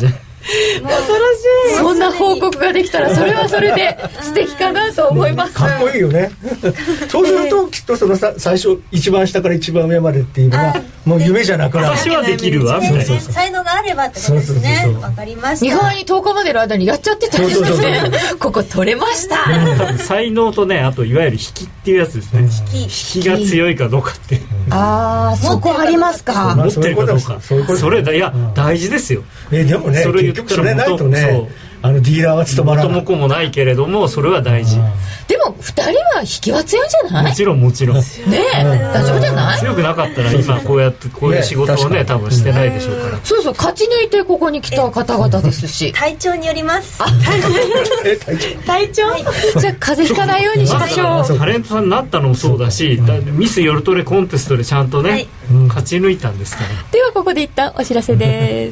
恐ろしい。 そんな報告ができたらそれはそれで素敵かなと思います。 かっこいいよねそうするときっとそのさ最初一番下から一番上までっていうのがもう夢じゃなくなる。 私はできるわ。 そうそうそう、才能があればってことですね。わかりました。 意外にとおかまでの間にやっちゃってたんですよね。ここ取れました。 多分才能とね、あといわゆる引きっていうやつですね。引き、引きが強いかどうかっていう。 ああ、そこありますか。 持ってるかどうか。それだ、いや、大事ですよ。 えでもね、 それ結局それないとね、あのディーラーは務まらない。 元も子もないけれども、それは大事。 でもふたりは引きは強いんじゃない？ もちろんもちろん。ねえ、大丈夫じゃない？ 強くなかったら今こうやってこういう仕事をね、多分してないでしょうから。 そうそう、勝ち抜いてここに来た方々ですし。 体調によります。あ、 え体調。 体調？ じゃあ風邪ひかないようにしましょう。 タレントさんになったのもそうだし、ミスヨルトレコンテストでちゃんとね、勝ち抜いたんですから。 ではここで一旦お知らせです。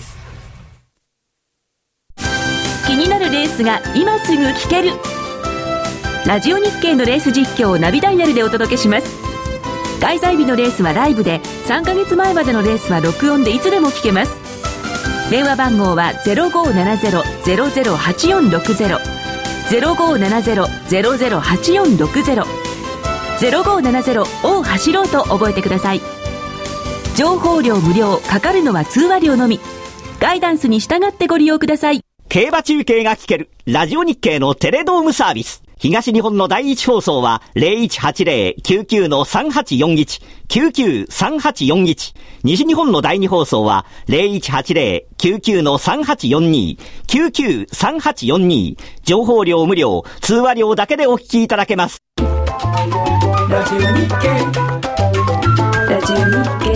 気になるレースが今すぐ聞ける。ラジオ日経のレース実況をナビダイヤルでお届けします。開催日のレースはライブで、さんかげつまえまでのレースは録音でいつでも聞けます。電話番号は ゼロごーななゼロ ゼロゼロはちよんろくゼロ ゼロごーななゼロ ゼロゼロはちよんろくゼロ ゼロごーななゼロを走ろうと覚えてください。情報料無料、かかるのは通話料のみ。ガイダンスに従ってご利用ください。 競馬中継が聞けるラジオ日経のテレドームサービス。東日本の第一放送は ゼロいちはちゼロ きゅうきゅう さんはちよんいち きゅうきゅう さんはちよんいち。西日本の第二放送は ゼロいちはちゼロ きゅうきゅう さんはちよんに きゅうきゅう さんはちよんに。情報料無料、通話料だけでお聞きいただけます。 ラジオ日経ラジオ日経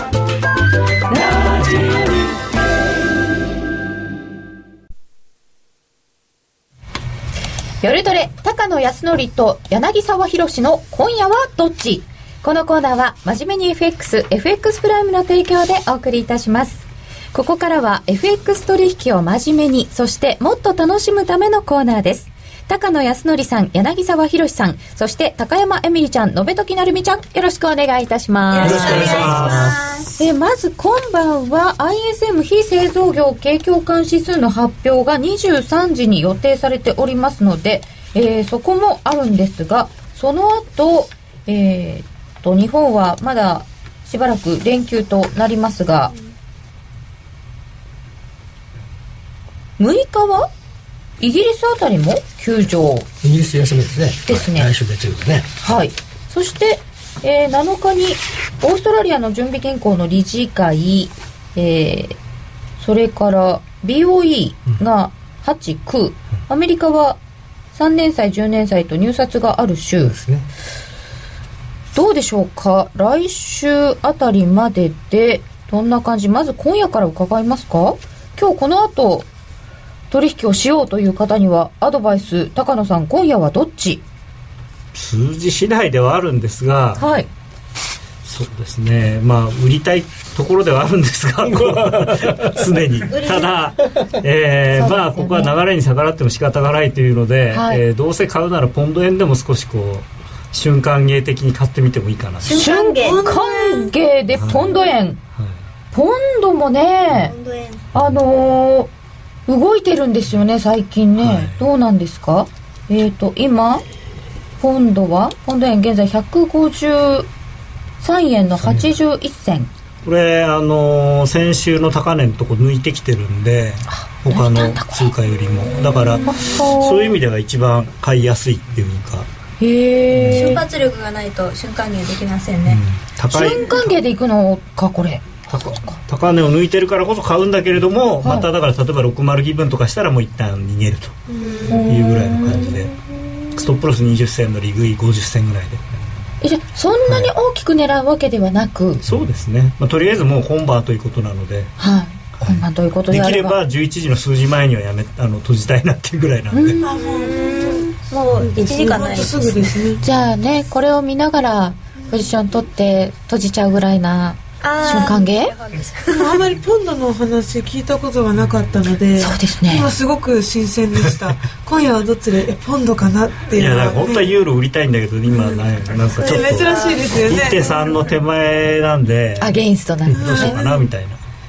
ラジオ日経。 夜トレ高野康則と柳沢博の今夜はどっち。このコーナーは真面目に エフエックス、エフエックス プライムの提供でお送りいたします。ここからは エフエックス 取引を真面目に、そしてもっと楽しむためのコーナーです。高野康則さん、柳沢博さん、そして高山エミリちゃん、延時成美ちゃん、よろしくお願いいたします。 よろしくお願いします。 えまず今晩は アイエスエム 非製造業景況感指数の発表がにじゅうさんじに予定されておりますので、えー、そこもあるんですが、その後、えー、と日本はまだしばらく連休となりますが、むいかはイギリスあたりも休場。 イギリス休みですね。 ですね。 来週月曜日ね。 はい。そして、えー、なのかにオーストラリアの準備銀行の理事会、えー、それから ビーオーイー がはち、きゅう、アメリカはさんねん債じゅうねん債と入札がある週ですね。どうでしょうか。来週あたりまででどんな感じ。まず今夜から伺いますか。今日この後取引をしようという方にはアドバイス。高野さん、今夜はどっち。 数字次第ではあるんですが、 はい、 そうですね、まあ売りたいところではあるんですが常にただ、えーね、まあここは流れに逆らっても仕方がないというので、はい、えー、どうせ買うならポンド円でも少しこう瞬間芸的に買ってみてもいいかな。 瞬間芸でポンド円、はいはい、ポンドもね、あのー、動いてるんですよね最近ね、はい、どうなんですか。えーと今ポンドはポンド円現在ひゃくごじゅうさんえんのはちじゅういっせん。 これあのー、先週の高値のとこ抜いてきてるんで他の通貨よりもだからそういう意味では一番買いやすいっていうか。 へ瞬発力がないと瞬間芸できませんね、 うん、高い瞬間芸でいくのかこれ。 高, 高値を抜いてるからこそ買うんだけれども、はい、まただから例えばろくじゅう気分とかしたらもう一旦逃げるというぐらいの感じで、ストップロスにじゅっ銭の利食いごじゅっ銭ぐらいで。 えじゃそんなに大きく狙うわけではなく、はい、 そうですね、まあ、とりあえずもう今晩ということなので、 はい、今晩ということ で, できればじゅういちじの数字前にはやめあの閉じたいなっていうぐらいなので、うん、 もういちじかんないですぐですね。 じゃあねこれを見ながらポジション取って閉じちゃうぐらいな瞬間芸。 あんまりポンドのお話聞いたことがなかったので、 そうですね、 今すごく新鮮でした今夜はどっちでえポンドかなっていうのは、 いや本当はユーロ売りたいんだけど今はない、うん、なんかちょっと珍しいですよね。 いってんさん の手前なんでアゲインストなんでどうしようかなみたいな。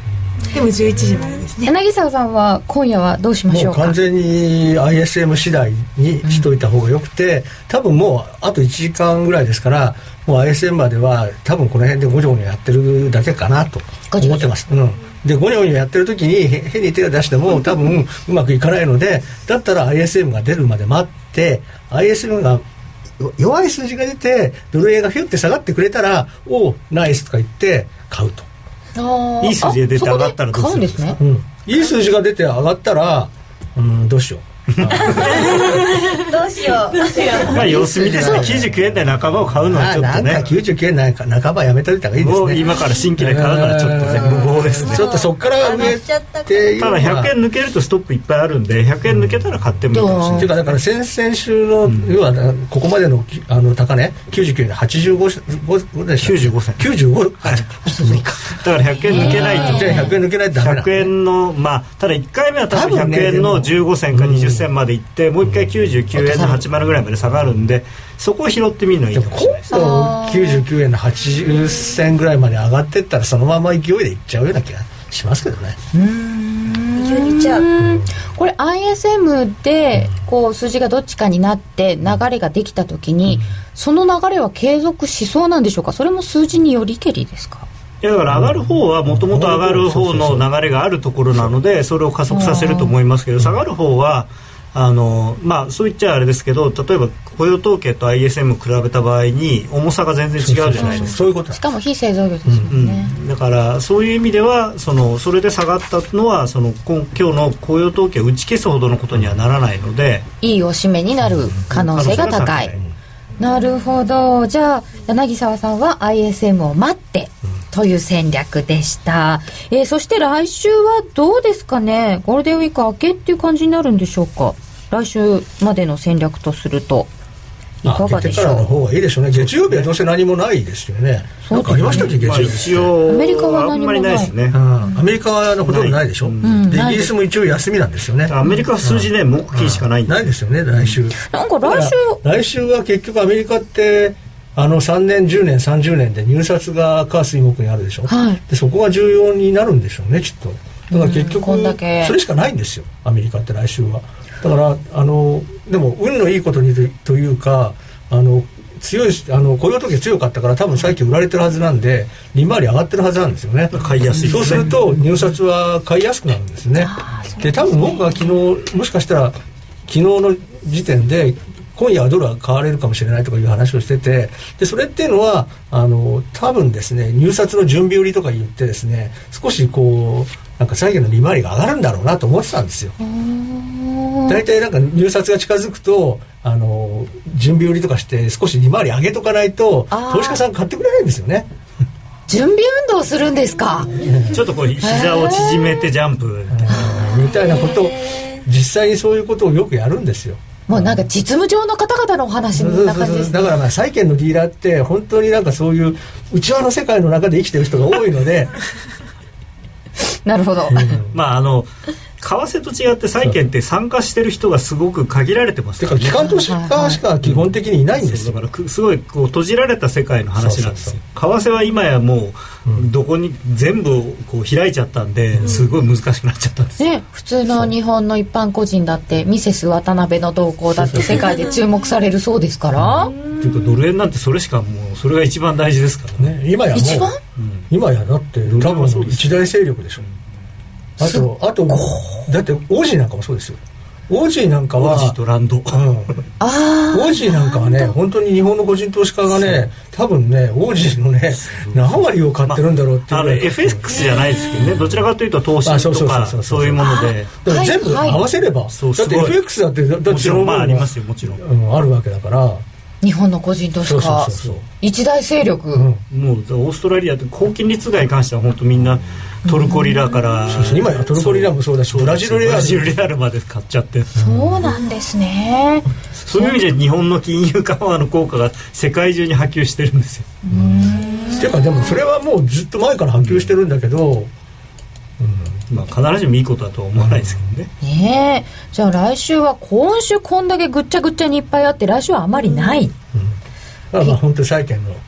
でもじゅういちじまでですね。 柳沢さんは今夜はどうしましょうか。 もう完全に アイエスエム 次第にしといた方がよくて、うん、多分もうあといちじかんぐらいですから、もう アイエスエム までは多分この辺でゴニョゴニョやってるだけかなと思ってます。うん、でゴニョゴニョやってる時に変に手を出しても多分うまくいかないので、だったら アイエスエム が出るまで待って、 アイエスエム が弱い数字が出てドル円がヒュッて下がってくれたら、おおナイスとか言って買うと。 あ、いい数字が出て上がったらどうするんですか。 うん、いい数字が出て上がったら、うん、どうしようどうしようどうしようまあ様子見ですね。きゅうじゅうきゅうえん台半ばを買うのはちょっとね、 なんかきゅうじゅうきゅうえん台半ばやめといた方がいいですね。もう今から新規で買うのはちょっとね無謀ですね。 ちょっとそっから上ってただひゃくえん抜けるとストップいっぱいあるんで、ひゃくえん抜けたら買ってもいいかもしれない。 っていうかだから先々週の、うん、要はここまでのあの高値きゅうじゅうきゅうえんではちじゅうご銭きゅうじゅうご銭きゅうじゅうご、はい、 だからひゃくえん抜けないと、 じゃあひゃくえん抜けないとダメなひゃくえんの、まあただいっかいめは多分ひゃくえんのじゅうご銭かにじゅっ銭までいって、もう一回きゅうじゅうきゅうえんのはちじゅうぐらいまで下がるんで、そこを拾ってみるのいいかもしれないです。 今度きゅうじゅうきゅうえんのはちじゅっ銭ぐらいまで上がっていったらそのまま勢いでいっちゃうような気がしますけどね。 うーん、勢いでいっちゃう。これ アイエスエム でこう数字がどっちかになって流れができた時に、その流れは継続しそうなんでしょうか。それも数字によりけりですか。 いやだから上がる方はもともと上がる方の流れがあるところなので、それを加速させると思いますけど、下がる方はあのまあそう言っちゃあれですけど、例えば雇用統計と アイエスエム を比べた場合に重さが全然違うじゃないですか。 そういうこと。 しかも非製造業ですもんね、 うんうん、だからそういう意味ではそのそれで下がったのはその今今日の雇用統計を打ち消すほどのことにはならないので、 いいおしめになる可能性が高い、うん、なるほど。じゃあ柳沢さんは アイエスエム を待ってという戦略でした、えー、そして来週はどうですかね。ゴールデンウィーク明けっていう感じになるんでしょうか。来週までの戦略とするといかがでしょう。 明けてからの方がいいでしょうね。月曜日はどうせ何もないですよね。なんかありましたっけ、月曜日、まあ、一応アメリカは何もない、あんまりないですね、 うん、アメリカはほとんどないでしょ、うん、でイギリスも一応休みなんですよね。 アメリカは数字ね、木金しかないんです、 ないですよね来週。 なんか来週来週は結局アメリカってあのさんねんじゅうねんさんじゅうねんで入札が火水木にあるでしょ、はい、でそこが重要になるんでしょうねきっと。だから結局それしかないんですよアメリカって来週は。だからあのでも運のいいことにというか、あの強いあの雇用統計強かったから多分最近売られてるはずなんで利回り上がってるはずなんですよね。 買いやすいですね。 そうすると入札は買いやすくなるんですね。で多分僕が昨日もしかしたら昨日の時点で今夜はドルは買われるかもしれないとかいう話をしてて、でそれっていうのはあの多分ですね入札の準備売りとか言ってですね少しこうなんか債券の利回りが上がるんだろうなと思ってたんですよ。大体なんか入札が近づくとあの準備売りとかして少し利回り上げとかないと投資家さん買ってくれないんですよね。 準備運動するんですか。 ちょっとこう膝を縮めてジャンプみたいなことを実際にそういうことをよくやるんですよ。 もうなんか実務上の方々のお話の中です、ね、 だからまあ債券のディーラーって本当になんかそういう内輪の世界の中で生きてる人が多いのでなるほど、 うん、まああの為替と違って債券って参加してる人がすごく限られてますからね。 てか機関投資家しか基本的にいないんですよ。 だからすごいこう閉じられた世界の話なんですよ。為替は今やもうどこに全部こう開いちゃったんですごい難しくなっちゃったんです、 ね、普通の日本の一般個人だってミセス渡辺の動向だって世界で注目されるそうですからというかドル円なんてそれしかもうそれが一番大事ですからね。 今やもう一番、 うん、今やだって多分一大勢力でしょ。あとあとだってオージーなんかもそうですよ。オージーなんかはオージーとランド、うん、 あオージーなんかはね本当に日本の個人投資家がね多分ねオージーのね何割を買ってるんだろうっていう、まあ、 あの エフエックス じゃないですけどね、どちらかというと投資とかそういうものでだから全部合わせれば、はいはい、だって エフエックス だってだってもちろんまあありますよもちろん、 うん、あるわけだから日本の個人投資家一大勢力、うん、 もうオーストラリアって高金利通貨に関しては本当みんなトルコリラから、うん、 そうそう今やトルコリラもそうだしブラジルレアルブラジルレアルまで買っちゃって、 そうなんですね。 そういう意味で日本の金融緩和の効果が世界中に波及してるんですよ。 うーんていうかでもそれはもうずっと前から波及してるんだけど、うんまあ、必ずしもいいことだとは思わないですけどね、 うん、ねえじゃあ来週は今週こんだけぐっちゃぐっちゃにいっぱいあって来週はあまりない、うん、 だからまあ本当に債券の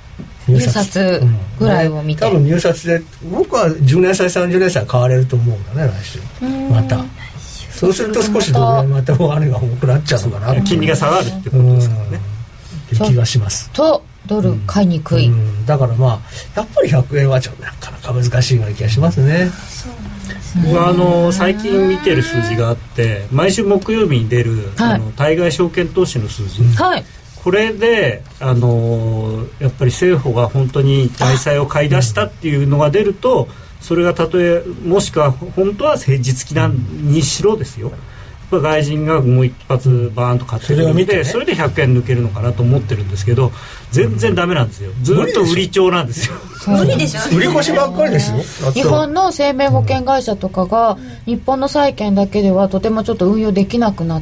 入札ぐらいを見て、 うんね、多分入札で僕はじゅうねん債さんじゅうねん債買われると思うんだね来週また。そうすると少しドル円またお金が重くなっちゃうのかな、 金利が下がるってことですからね、 って気がしますとドル買いにくい、 うんうん、だからまあやっぱりひゃくえんはちょっとなかなか難しいような気がしますね。 そうなんですね。 僕はあの最近見てる数字があって毎週木曜日に出る、はい、あの対外証券投資の数字、 はい、 これであのやっぱり政府が本当に外債を買い出したっていうのが出るとそれがたとえもしくは本当は誠実期なんにしろですよ外人がもう一発バーンと買ってるので それ,、ね、それでひゃくえん抜けるのかなと思ってるんですけど全然ダメなんですよ。ずっと売り帳なんですよ。 無理でしょ。 売り越しばっかりですよ。 日本の生命保険会社とかが日本の債券だけではとてもちょっと運用できなくなって、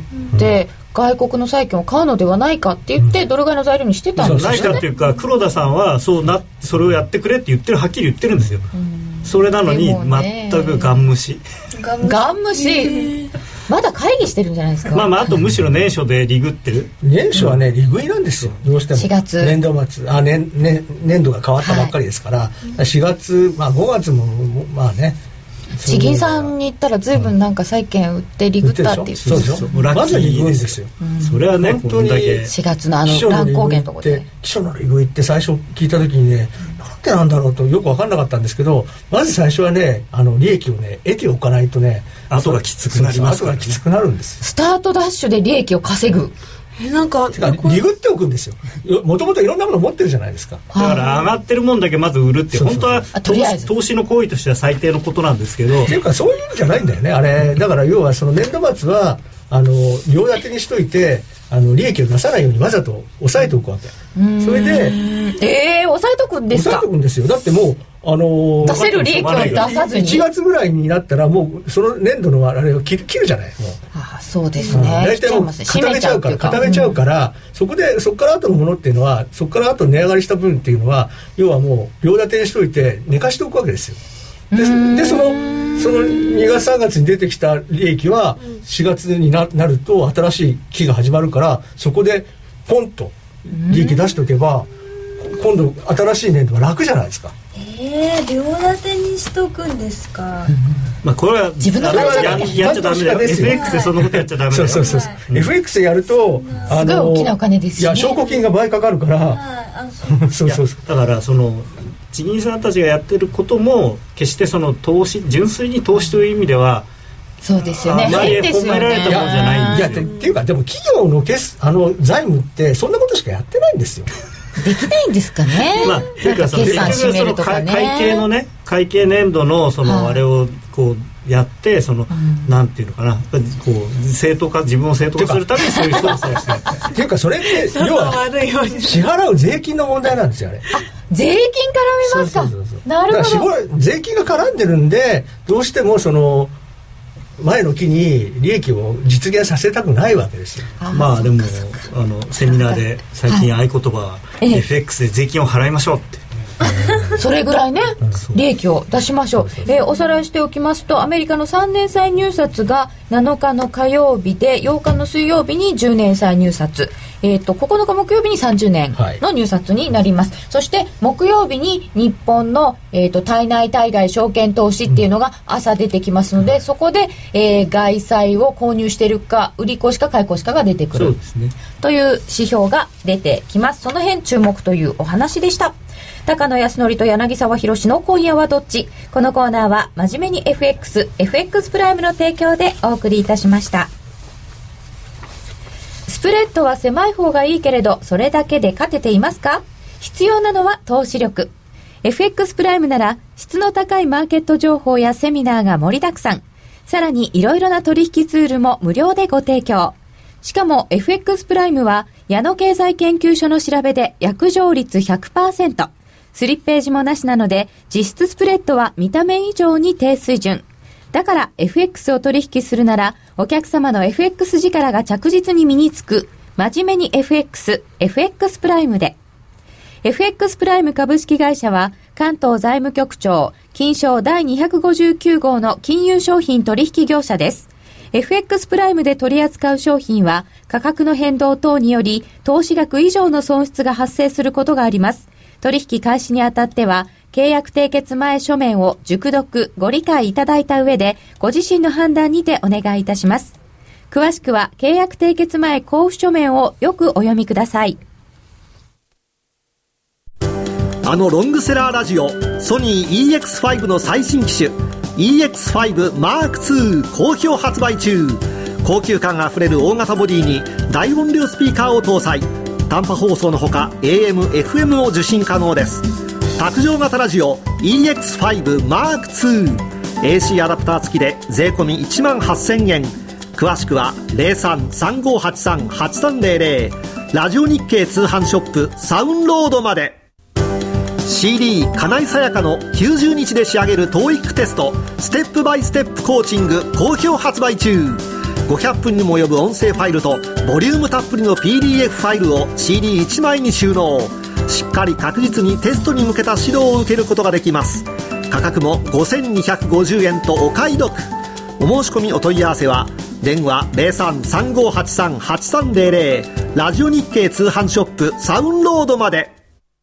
うん、外国の債券を買うのではないかって言って、うん、ドル買いの材料にしてたんですよね。 ないかっていうか黒田さんはそうなそれをやってくれって言ってるはっきり言ってるんですよ、うん、それなのに全くガン無視ガン無視まだ会議してるんじゃないですか。 まあまああとむしろ年初でリグってる。 年初はね、うん、利食いなんですよ。どうしてもしがつ年度末あ 年, 年, 年度が変わったばっかりですから、はい、しがつ、まあ、ごがつもまあね地銀さんに行ったら随分なんか債券売ってリグったっていう、うん、 そうでしょ。まずは利食いですよ、 うん、それはね本当にしがつのあの乱高下のところで基礎の利食いって最初聞いた時にねなんでなんだろうとよく分かんなかったんですけどまず最初はねあの利益をね得ておかないとね後がきつくなりますからね。 後がきつくなるんですよ。 スタートダッシュで利益を稼ぐえなんかリグっておくんですよ。もともといろんなもの持ってるじゃないですか。 だから上がってるもんだけまず売るってそうそうそう本当はとりあえず投資の行為としては最低のことなんですけどっていうかそういうんじゃないんだよねあれ。だから要はその年度末はあの両立てにしといてあの利益を出さないようにわざと抑えておくわけ。それでえー、抑えとくんですか。 抑えとくんですよ。だってもうあのー、 出せる利益を出さずにいちがつぐらいになったらもうその年度のあれを切る、切るじゃないもう。 ああそうですね。 大体もう固めちゃうから固めちゃうから、うん、そこでそこから後のものっていうのはそこから後値上がりした分っていうのは要はもう両立てにしといて寝かしておくわけですよ。で, でそのそのにがつさんがつに出てきた利益はしがつに な, なると新しい期が始まるからそこでポンと利益出しておけば今度新しい年度は楽じゃないですか。 えー、両立てにしとくんですか。 まあこれは自分の会社でやっちゃダメだよ。 エフエックス でそんなことやっちゃダメだよ。 そうそうそう、うん、エフエックス でやるとあのすごい大きなお金ですよね。 いや証拠金が倍かかるからそうそうそうだからその地銀さんたちがやってることも決してその投資純粋に投資という意味ではそうですよね。 あまり褒められたものじゃないんですよ。 いやっていうかでも企業のけすあの財務ってそんなことしかやってないんですよ。 できないんですかね。 まあ、というかその結局その会計のね会計年度のそのあれをこうやってその、うん、なんていうのかなこう正当化自分を正当化するためにそういう操作をしてるっていうかそれって要は支払う税金の問題なんですよあれ。 あ税金絡みますか。そうそうそうそうなるほど。 税金が絡んでるんでどうしてもその前の期に利益を実現させたくないわけですよ。 あまあでもあのセミナーで最近合言葉は、はい、エフエックス で税金を払いましょうってそれぐらいね利益を出しましょう。えー、おさらいしておきますとアメリカのさんねん債入札がなのかの火曜日でようかの水曜日にじゅうねん債入札、えー、とここのか木曜日にさんじゅうねんの入札になります、はい、そして木曜日に日本の、えー、と対内対外証券投資っていうのが朝出てきますので、うん、そこで、えー、外債を購入しているか売り越しか買い越しかが出てくる、 そうですね、 という指標が出てきます。その辺注目というお話でした。高野康則と柳沢博の今夜はどっち。このコーナーは真面目に エフエックス エフエックス プライムの提供でお送りいたしました。スプレッドは狭い方がいいけれどそれだけで勝てていますか。必要なのは投資力。 エフエックス プライムなら質の高いマーケット情報やセミナーが盛りだくさん、さらにいろいろな取引ツールも無料でご提供。しかも エフエックス プライムは矢野経済研究所の調べで約定率 ひゃくパーセント、スリッページもなしなので実質スプレッドは見た目以上に低水準。だから エフエックス を取引するならお客様の エフエックス 力が着実に身につく真面目に エフエックス エフエックス プライムで。 エフエックス プライム株式会社は関東財務局長金商第にひゃくごじゅうきゅう号の金融商品取引業者です。 エフエックス プライムで取り扱う商品は価格の変動等により投資額以上の損失が発生することがあります。 取引開始にあたっては契約締結前書面を熟読ご理解いただいた上でご自身の判断にてお願いいたします。詳しくは契約締結前交付書面をよくお読みください。 あのロングセラーラジオソニー イーエックスファイブ の最新機種 イーエックスファイブマークツー 好評発売中。高級感あふれる大型ボディに大音量スピーカーを搭載。短波放送のほか エーエム、エフエム を受信可能です。卓上型ラジオ イーエックスファイブマークツー エーシー アダプター付きで税込みいちまんはっせんえん。詳しくは ゼロさん さんごはちさん はちさんゼロゼロ ラジオ日経通販ショップサウンロードまで。 シーディー 金井さやかのきゅうじゅうにちで仕上げる トーイック テストステップバイステップコーチング好評発売中。ごひゃっぷんにも及ぶ音声ファイルとボリュームたっぷりの ピーディーエフ ファイルを シーディーいち 枚に収納。しっかり確実にテストに向けた指導を受けることができます。価格もごせんにひゃくごじゅうえんとお買い得。お申し込みお問い合わせは電話 ゼロさん さんごはちさん はちさんゼロゼロ ラジオ日経通販ショップサウンロードまで。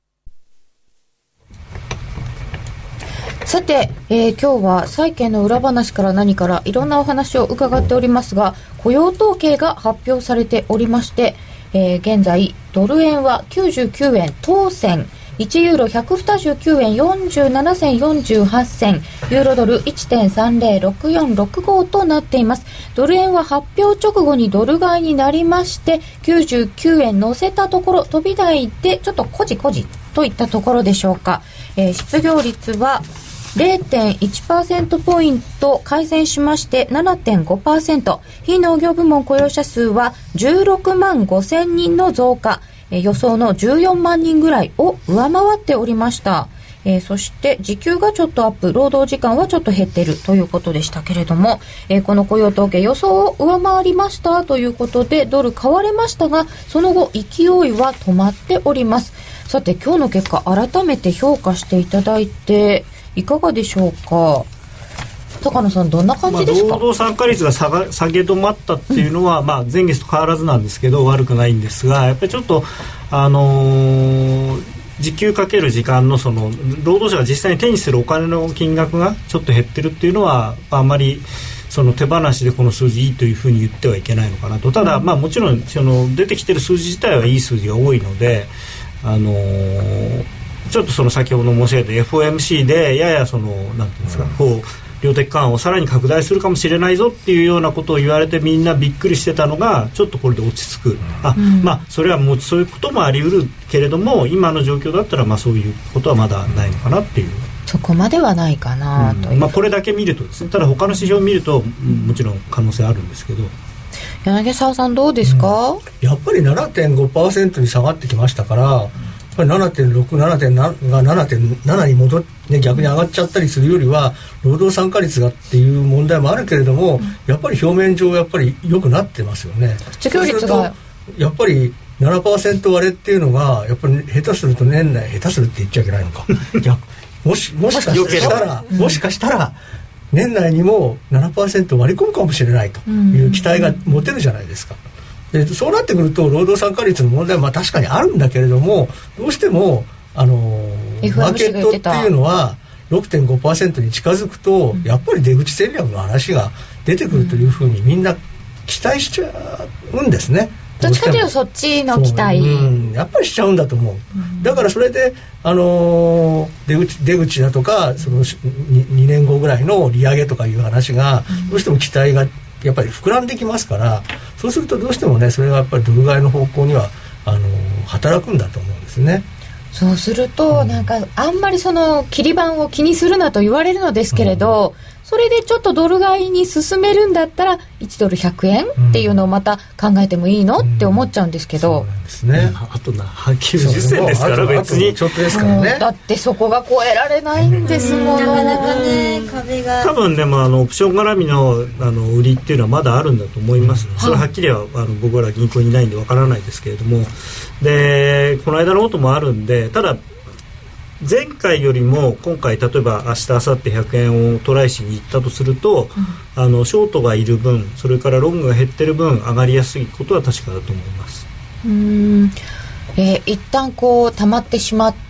さて、えー、今日は債券の裏話から何からいろんなお話を伺っておりますが、雇用統計が発表されておりまして、えー、現在ドル円はきゅうじゅうきゅうえん当選、いちユーロひゃくにじゅうきゅうえんよんじゅうななせんよんじゅうはちせん、ユーロドル いちてんさんゼロろくよんろくご となっています。ドル円は発表直後にドル買いになりまして、きゅうじゅうきゅうえん乗せたところ、飛び台でちょっとこじこじといったところでしょうか。えー、失業率はゼロてんいちパーセント ポイント改善しまして ななてんごパーセント、 非農業部門雇用者数はじゅうろくまんごせんにんの増加、えー、予想のじゅうよんまんにんぐらいを上回っておりました。えー、そして時給がちょっとアップ、労働時間はちょっと減っているということでしたけれども、えー、この雇用統計予想を上回りましたということでドル買われましたが、その後勢いは止まっております。さて今日の結果改めて評価していただいていかがでしょうか。高野さんどんな感じですか。 まあ、労働参加率が下が下げ止まったっていうのは、うん、まあ、前月と変わらずなんですけど悪くないんですが、やっぱりちょっとあのー、時給かける時間のその労働者が実際に手にするお金の金額がちょっと減ってるっていうのはあんまりその手放しでこの数字いいというふうに言ってはいけないのかなと。ただ、まあ、もちろんその出てきてる数字自体はいい数字が多いので、あのーちょっとその先ほど申し上げた エフオーエムシー でややそのなんていうんですか、こう量的緩和をさらに拡大するかもしれないぞっていうようなことを言われてみんなびっくりしてたのがちょっとこれで落ち着く、あ、うん、まあそれはもうそういうこともあり得るけれども今の状況だったらまあそういうことはまだないのかなっていう、 そこまではないかなという、 うんまあ、これだけ見るとですね。ただ他の指標を見ると、うん、もちろん可能性あるんですけど。 柳沢さんどうですか。うん、 やっぱり ななてんごパーセント に下がってきましたから、ななてんろく、ななてんなな が ななてんなな に戻って、ね、逆に上がっちゃったりするよりは労働参加率がっていう問題もあるけれども、うん、やっぱり表面上やっぱり良くなってますよね。 失業率がやっぱり ななパーセント 割れっていうのがやっぱり下手すると年内下手するって言っちゃいけないのか逆もしもしかしたら、うん、もしかしたら年内にも ななパーセント 割り込むかもしれないという期待が持てるじゃないですか。でそうなってくると労働参加率の問題はまあ確かにあるんだけれども、どうしてもあのマーケットっていうのは ろくてんごパーセント に近づくと、うん、やっぱり出口戦略の話が出てくるというふうにみんな期待しちゃうんですね。 どっちかというとそっちの期待、 うん、やっぱりしちゃうんだと思う、うん、だからそれで、あのー、出口、出口だとかその 2, にねんごぐらいの利上げとかいう話がどうしても期待がやっぱり膨らんできますから、そうするとどうしてもねそれがやっぱりドル買いの方向にはあの働くんだと思うんですね。 そうすると、うん、なんかあんまりその切り板を気にするなと言われるのですけれど、うん、それでちょっとドル買いに進めるんだったらいちドルひゃくえんっていうのをまた考えてもいいの、うん、って思っちゃうんですけど、 そうなんですね。 あとなきゅうじゅっせんですから別にちょっとですからね。 だってそこが超えられないんですもの、 なかなかね壁が多分でもあのオプション絡み の, あの売りっていうのはまだあるんだと思います、うん、それははっきりはあの僕ら銀行にいないんでわからないですけれども、でこの間のこともあるんで、ただ前回よりも今回例えば明日明後日ひゃくえんをトライしに行ったとすると、うん、あのショートがいる分それからロングが減ってる分上がりやすいことは確かだと思います。 うーん、えー、一旦こう溜まってしまっ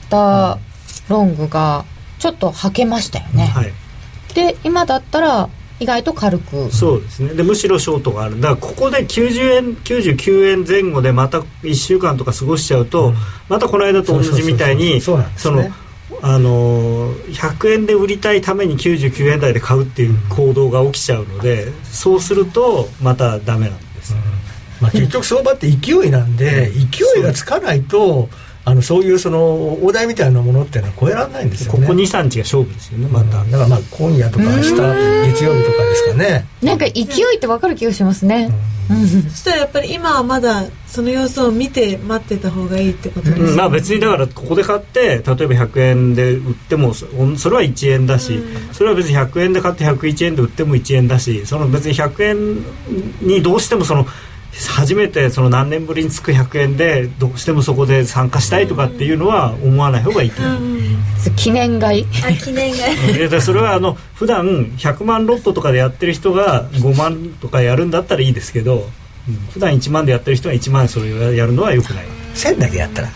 たロングがちょっとはけましたよね、はい、で今だったら意外と軽くそうですね。でむしろショートがある。だからここできゅうじゅうえんきゅうじゅうきゅうえんぜん後でまたいっしゅうかんとか過ごしちゃうと、うん、またこの間と同じみたいにそのあのひゃくえんで売りたいためにきゅうじゅうきゅうえん台で買うっていう行動が起きちゃうので、そうするとまたダメなんです、うんまあ、結局相場って勢いなんで、うん、勢いがつかないとあのそういうその大台みたいなものっていうのは超えられないんですよね。 ここ にさんにちが勝負ですよねまた、 うん、だからまあ今夜とか明日月曜日とかですかね。 なんか勢いって分かる気がしますね、 うん、そしたらやっぱり今はまだその様子を見て待ってた方がいいってことですね、 うん、まあ別にだからここで買って例えばひゃくえんで売ってもそれはいちえんだし、うん、それは別にひゃくえんで買ってひゃくいちえんで売ってもいちえんだし、その別にひゃくえんにどうしてもその初めてその何年ぶりにつくひゃくえんでどうしてもそこで参加したいとかっていうのは思わない方がいいと思う、うんうん、記念買いあ記念買いそれはあの普段ひゃくまんロットとかでやってる人がごまんとかやるんだったらいいですけど、うん、普段いちまんでやってる人がいちまんそれをやるのは良くない。 せんだけやったら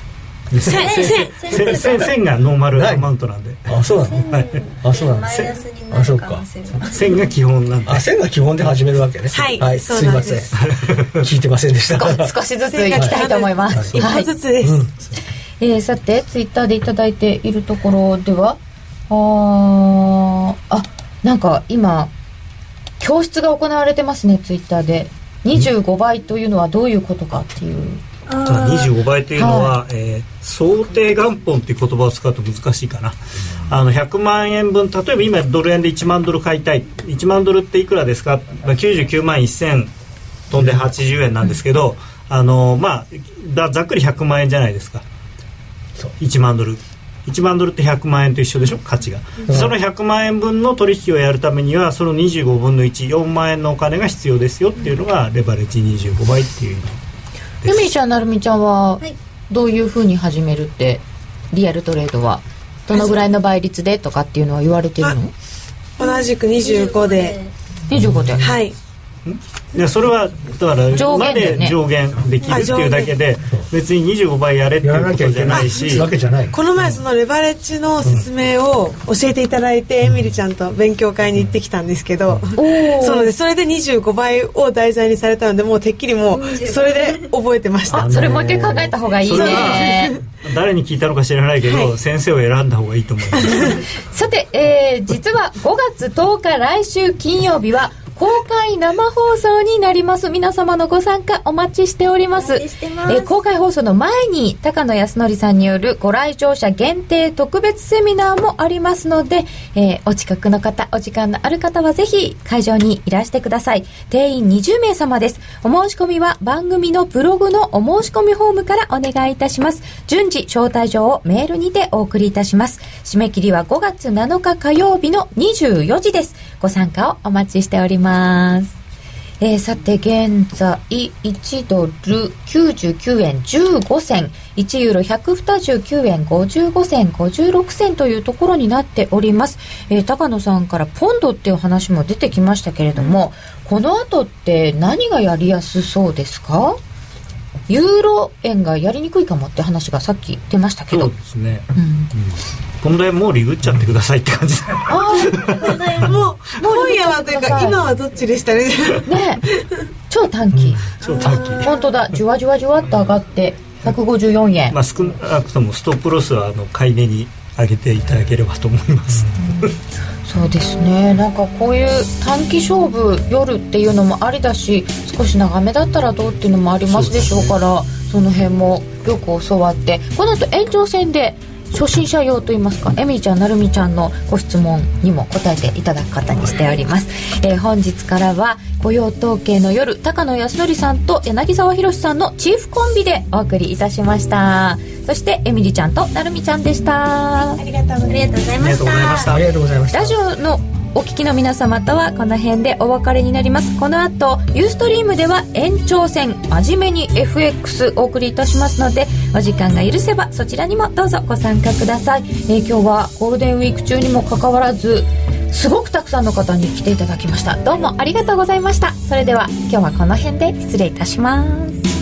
せんがノーマルアマウントなんで。 あそうなの、はい、あそうなのマイナスになるかもしれない。 せんが基本なんで。 あせんが基本で始めるわけね。 はい、 はい、すいません聞いてませんでした少しずついきたいと思います、 はい、一歩ずつです、 はいうんえー、さてツイッターでいただいているところではああなんか今教室が行われてますねツイッターで。にじゅうごばいというのはどういうことかっていう。 にじゅうごばいというのは、はいえー、想定元本という言葉を使うと難しいかな。あのひゃくまんえんぶん、例えば今ドル円でいちまんドル買いたい、いちまんドルっていくらですか、まあ、きゅうじゅうきゅうまんせん飛んではちじゅうえんなんですけど、あの、まあ、ざっくりひゃくまんえんじゃないですか。いちまんドルいちまんドルってひゃくまんえんと一緒でしょ価値が、うん、そのひゃくまんえんぶんの取引をやるためにはそのにじゅうごぶんのいち、よんまんえんのお金が必要ですよっていうのがレバレッジにじゅうごばいっていう意味です。 ゆみちゃんなるみちゃんはどういうふうに始めるってリアルトレードはどのぐらいの倍率でとかっていうのは言われてるの？ 同じくにじゅうごでにじゅうごではい。 いやそれはだから上限で、ね、 まで上限できるっていうだけで別ににじゅうごばいやれっていうことじゃないし、 この前そのレバレッジの説明を教えていただいて、うん、エミリちゃんと勉強会に行ってきたんですけど、うん、そうのでそれでにじゅうごばいを題材にされたのでもうてっきりもうそれで覚えてました。 あそれもう一回考えた方がいいね。 誰に聞いたのか知らないけど、はい、先生を選んだ方がいいと思いますさて、えー、実はごがつとおか来週金曜日は公開生放送になります。皆様のご参加お待ちしております。 お待ちしてます。 えー、公開放送の前に高野康則さんによるご来場者限定特別セミナーもありますので、えー、お近くの方お時間のある方はぜひ会場にいらしてください。定員にじゅうめいさまです。お申し込みは番組のブログのお申し込みフォームからお願いいたします。順次招待状をメールにてお送りいたします。締め切りはごがつなのか火曜日のにじゅうよじです。ご参加をお待ちしております。えー、さて現在いちドルきゅうじゅうきゅうえんじゅうごせん、いちユーロひゃくにじゅうきゅうえんごじゅうごせんごじゅうろくせんというところになっております。えー、高野さんからポンドっていう話も出てきましたけれども、この後って何がやりやすそうですか？ユーロ円がやりにくいかもって話がさっき出ましたけど。 そうですね、うんうん、この辺もうリグっちゃってくださいって感じ。 ああ、もう今夜はというか今はどっちでしたね。 ね、超短期、うん、 超短期。 本当だ、じゅわじゅわじゅわっと上がってひゃくごじゅうよんえん。 まあ少なくともストップロスはあの買い値に上げていただければと思います。 うん、そうですね。なんかこういう短期勝負夜っていうのもありだし、少し長めだったらどうっていうのもありますでしょうから、その辺もよく教わって、この後延長戦で初心者用といいますか、エミリちゃんなるみちゃんのご質問にも答えていただく方にしております。えー、本日からは雇用統計の夜、高野康則さんと柳沢博さんのチーフコンビでお送りいたしました。そしてエミリちゃんとなるみちゃんでした。 ありがとうございました。 ありがとうございました。 ラジオのお聞きの皆様とはこの辺でお別れになります。この後ユーストリームでは延長戦真面目に エフエックス お送りいたしますので、お時間が許せばそちらにもどうぞご参加ください。えー、今日はゴールデンウィーク中にもかかわらずすごくたくさんの方に来ていただきました。どうもありがとうございました。それでは今日はこの辺で失礼いたします。